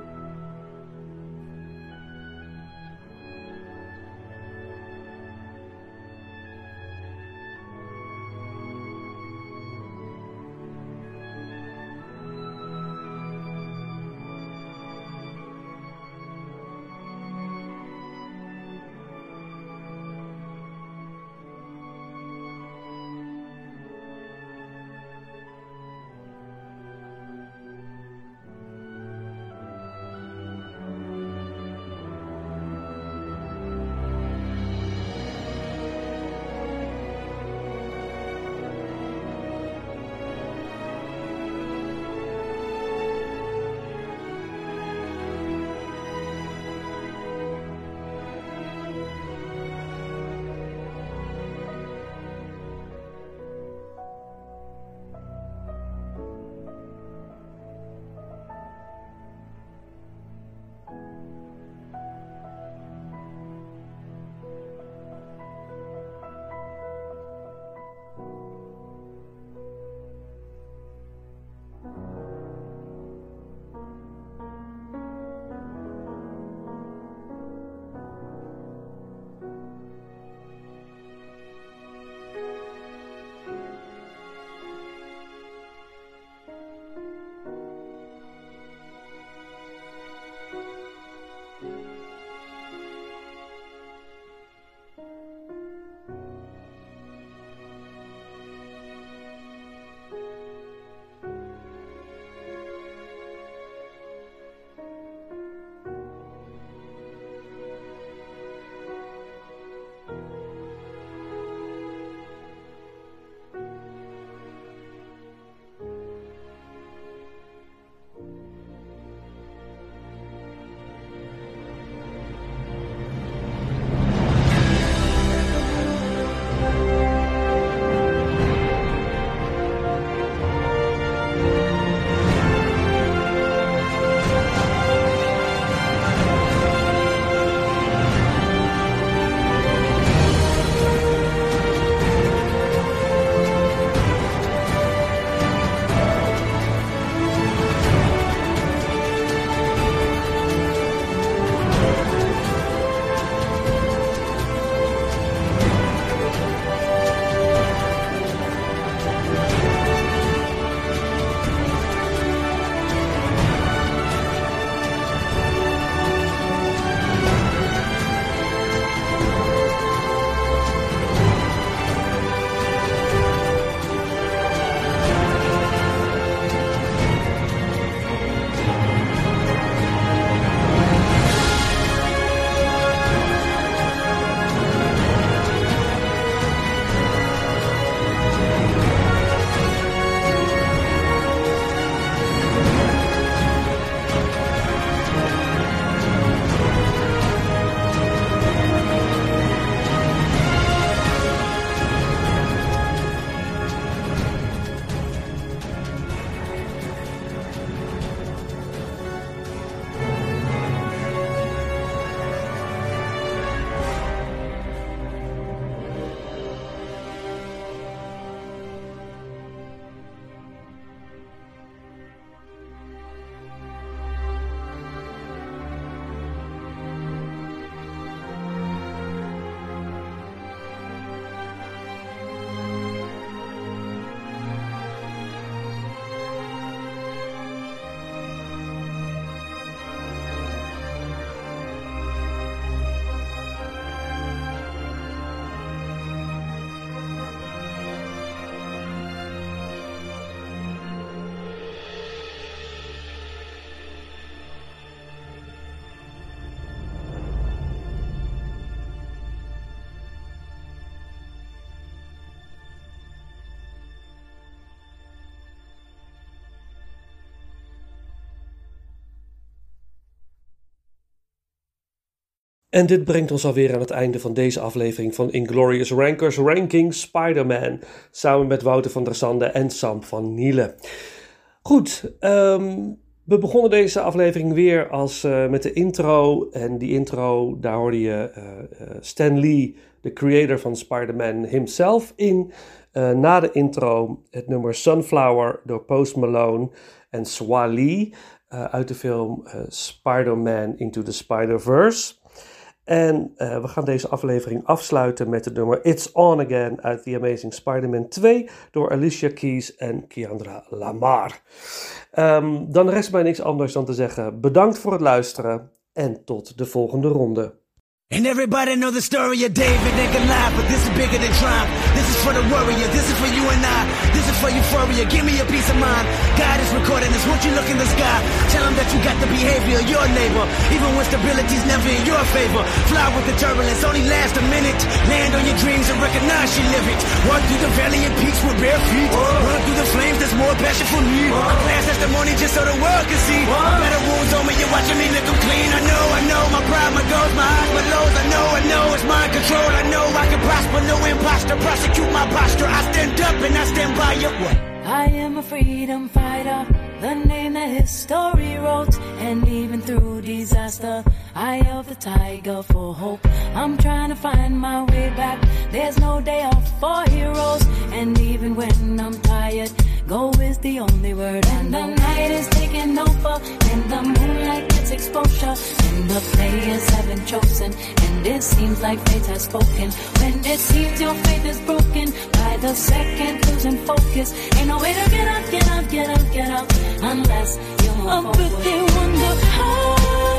En dit brengt ons alweer aan het einde van deze aflevering van Inglorious Rankers Ranking Spider-Man. Samen met Wouter van der Sande en Sam van Nielen. Goed, um, we begonnen deze aflevering weer als, uh, met de intro. En die intro, daar hoorde je uh, uh, Stan Lee, de creator van Spider-Man himself in. Uh, na de intro het nummer Sunflower door Post Malone en Swae Lee uh, uit de film uh, Spider-Man Into the Spider-Verse. En uh, we gaan deze aflevering afsluiten met het nummer It's On Again uit The Amazing Spider-Man twee door Alicia Keys en Keandra Lamar. Um, dan rest mij niks anders dan te zeggen bedankt voor het luisteren en tot de volgende ronde. And everybody know the story of David and Goliath, but this is bigger than triumph. This is for the warrior, this is for you and I. This is for euphoria, give me a peace of mind. God is recording this, won't you look in the sky? Tell him that you got the behavior of your neighbor, even when stability's never in your favor. Fly with the turbulence, only last a minute. Land on your dreams and recognize you live it. Walk through the valley and peaks with bare feet. Run through the flames, there's more passion for me. A glass testimony just so the world can see. Better wounds on me, you're watching me lick them clean. I know, I know, my pride, my goals, my highs, my lows. I know, I know, it's mind control. I know I can prosper, no imposter. Prosecute my posture. I stand up and I stand by you. What? I am a freedom fighter, the name that history wrote. And even through disaster, I held the tiger for hope. I'm trying to find my way back. There's no day off for heroes. And even when I'm tired, go is the only word. And the night is taking over, and the moonlight gets exposure, and the players haven't chosen, and it seems like fate has spoken. When it seems your faith is broken, by the second losing focus, ain't no way to get up, get up, get up, get up, unless you move forward. But they wonder how.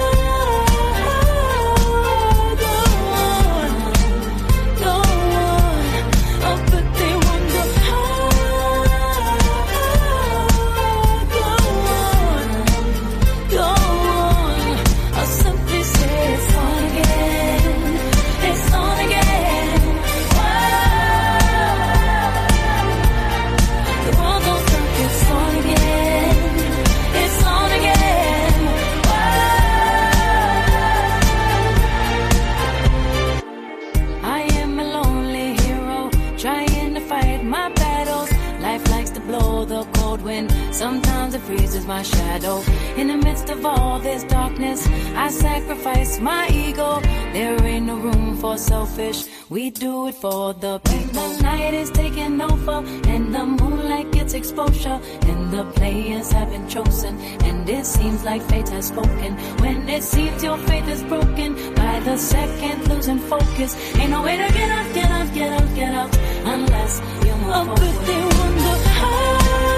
Sometimes it freezes my shadow. In the midst of all this darkness, I sacrifice my ego. There ain't no room for selfish. We do it for the people. The night is taking over, and the moonlight gets exposure, and the players have been chosen, and it seems like fate has spoken. When it seems your faith is broken, by the second losing focus, ain't no way to get up, get up, get up, get up, unless you move forward. But they wonder how.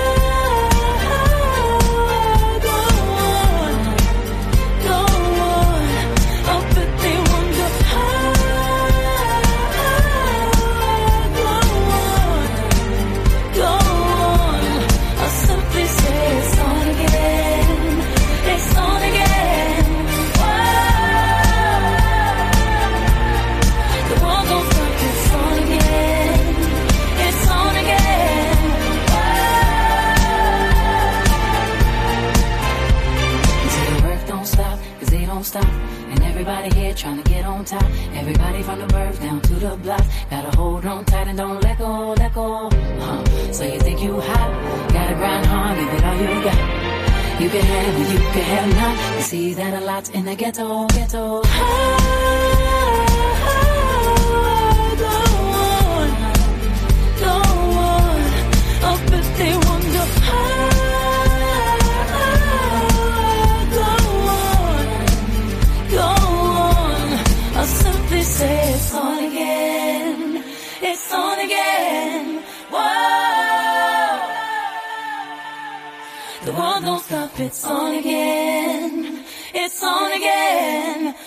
Stop. And everybody here trying to get on top. Everybody from the birth down to the block. Gotta hold on tight and don't let go, let go. Uh, so you think you hot? Gotta grind hard, give it all you got. You can have what you can have not. You see that a lot in the ghetto, ghetto. Say it's on again, it's on again, whoa. The world don't stop, it's on again, it's on again.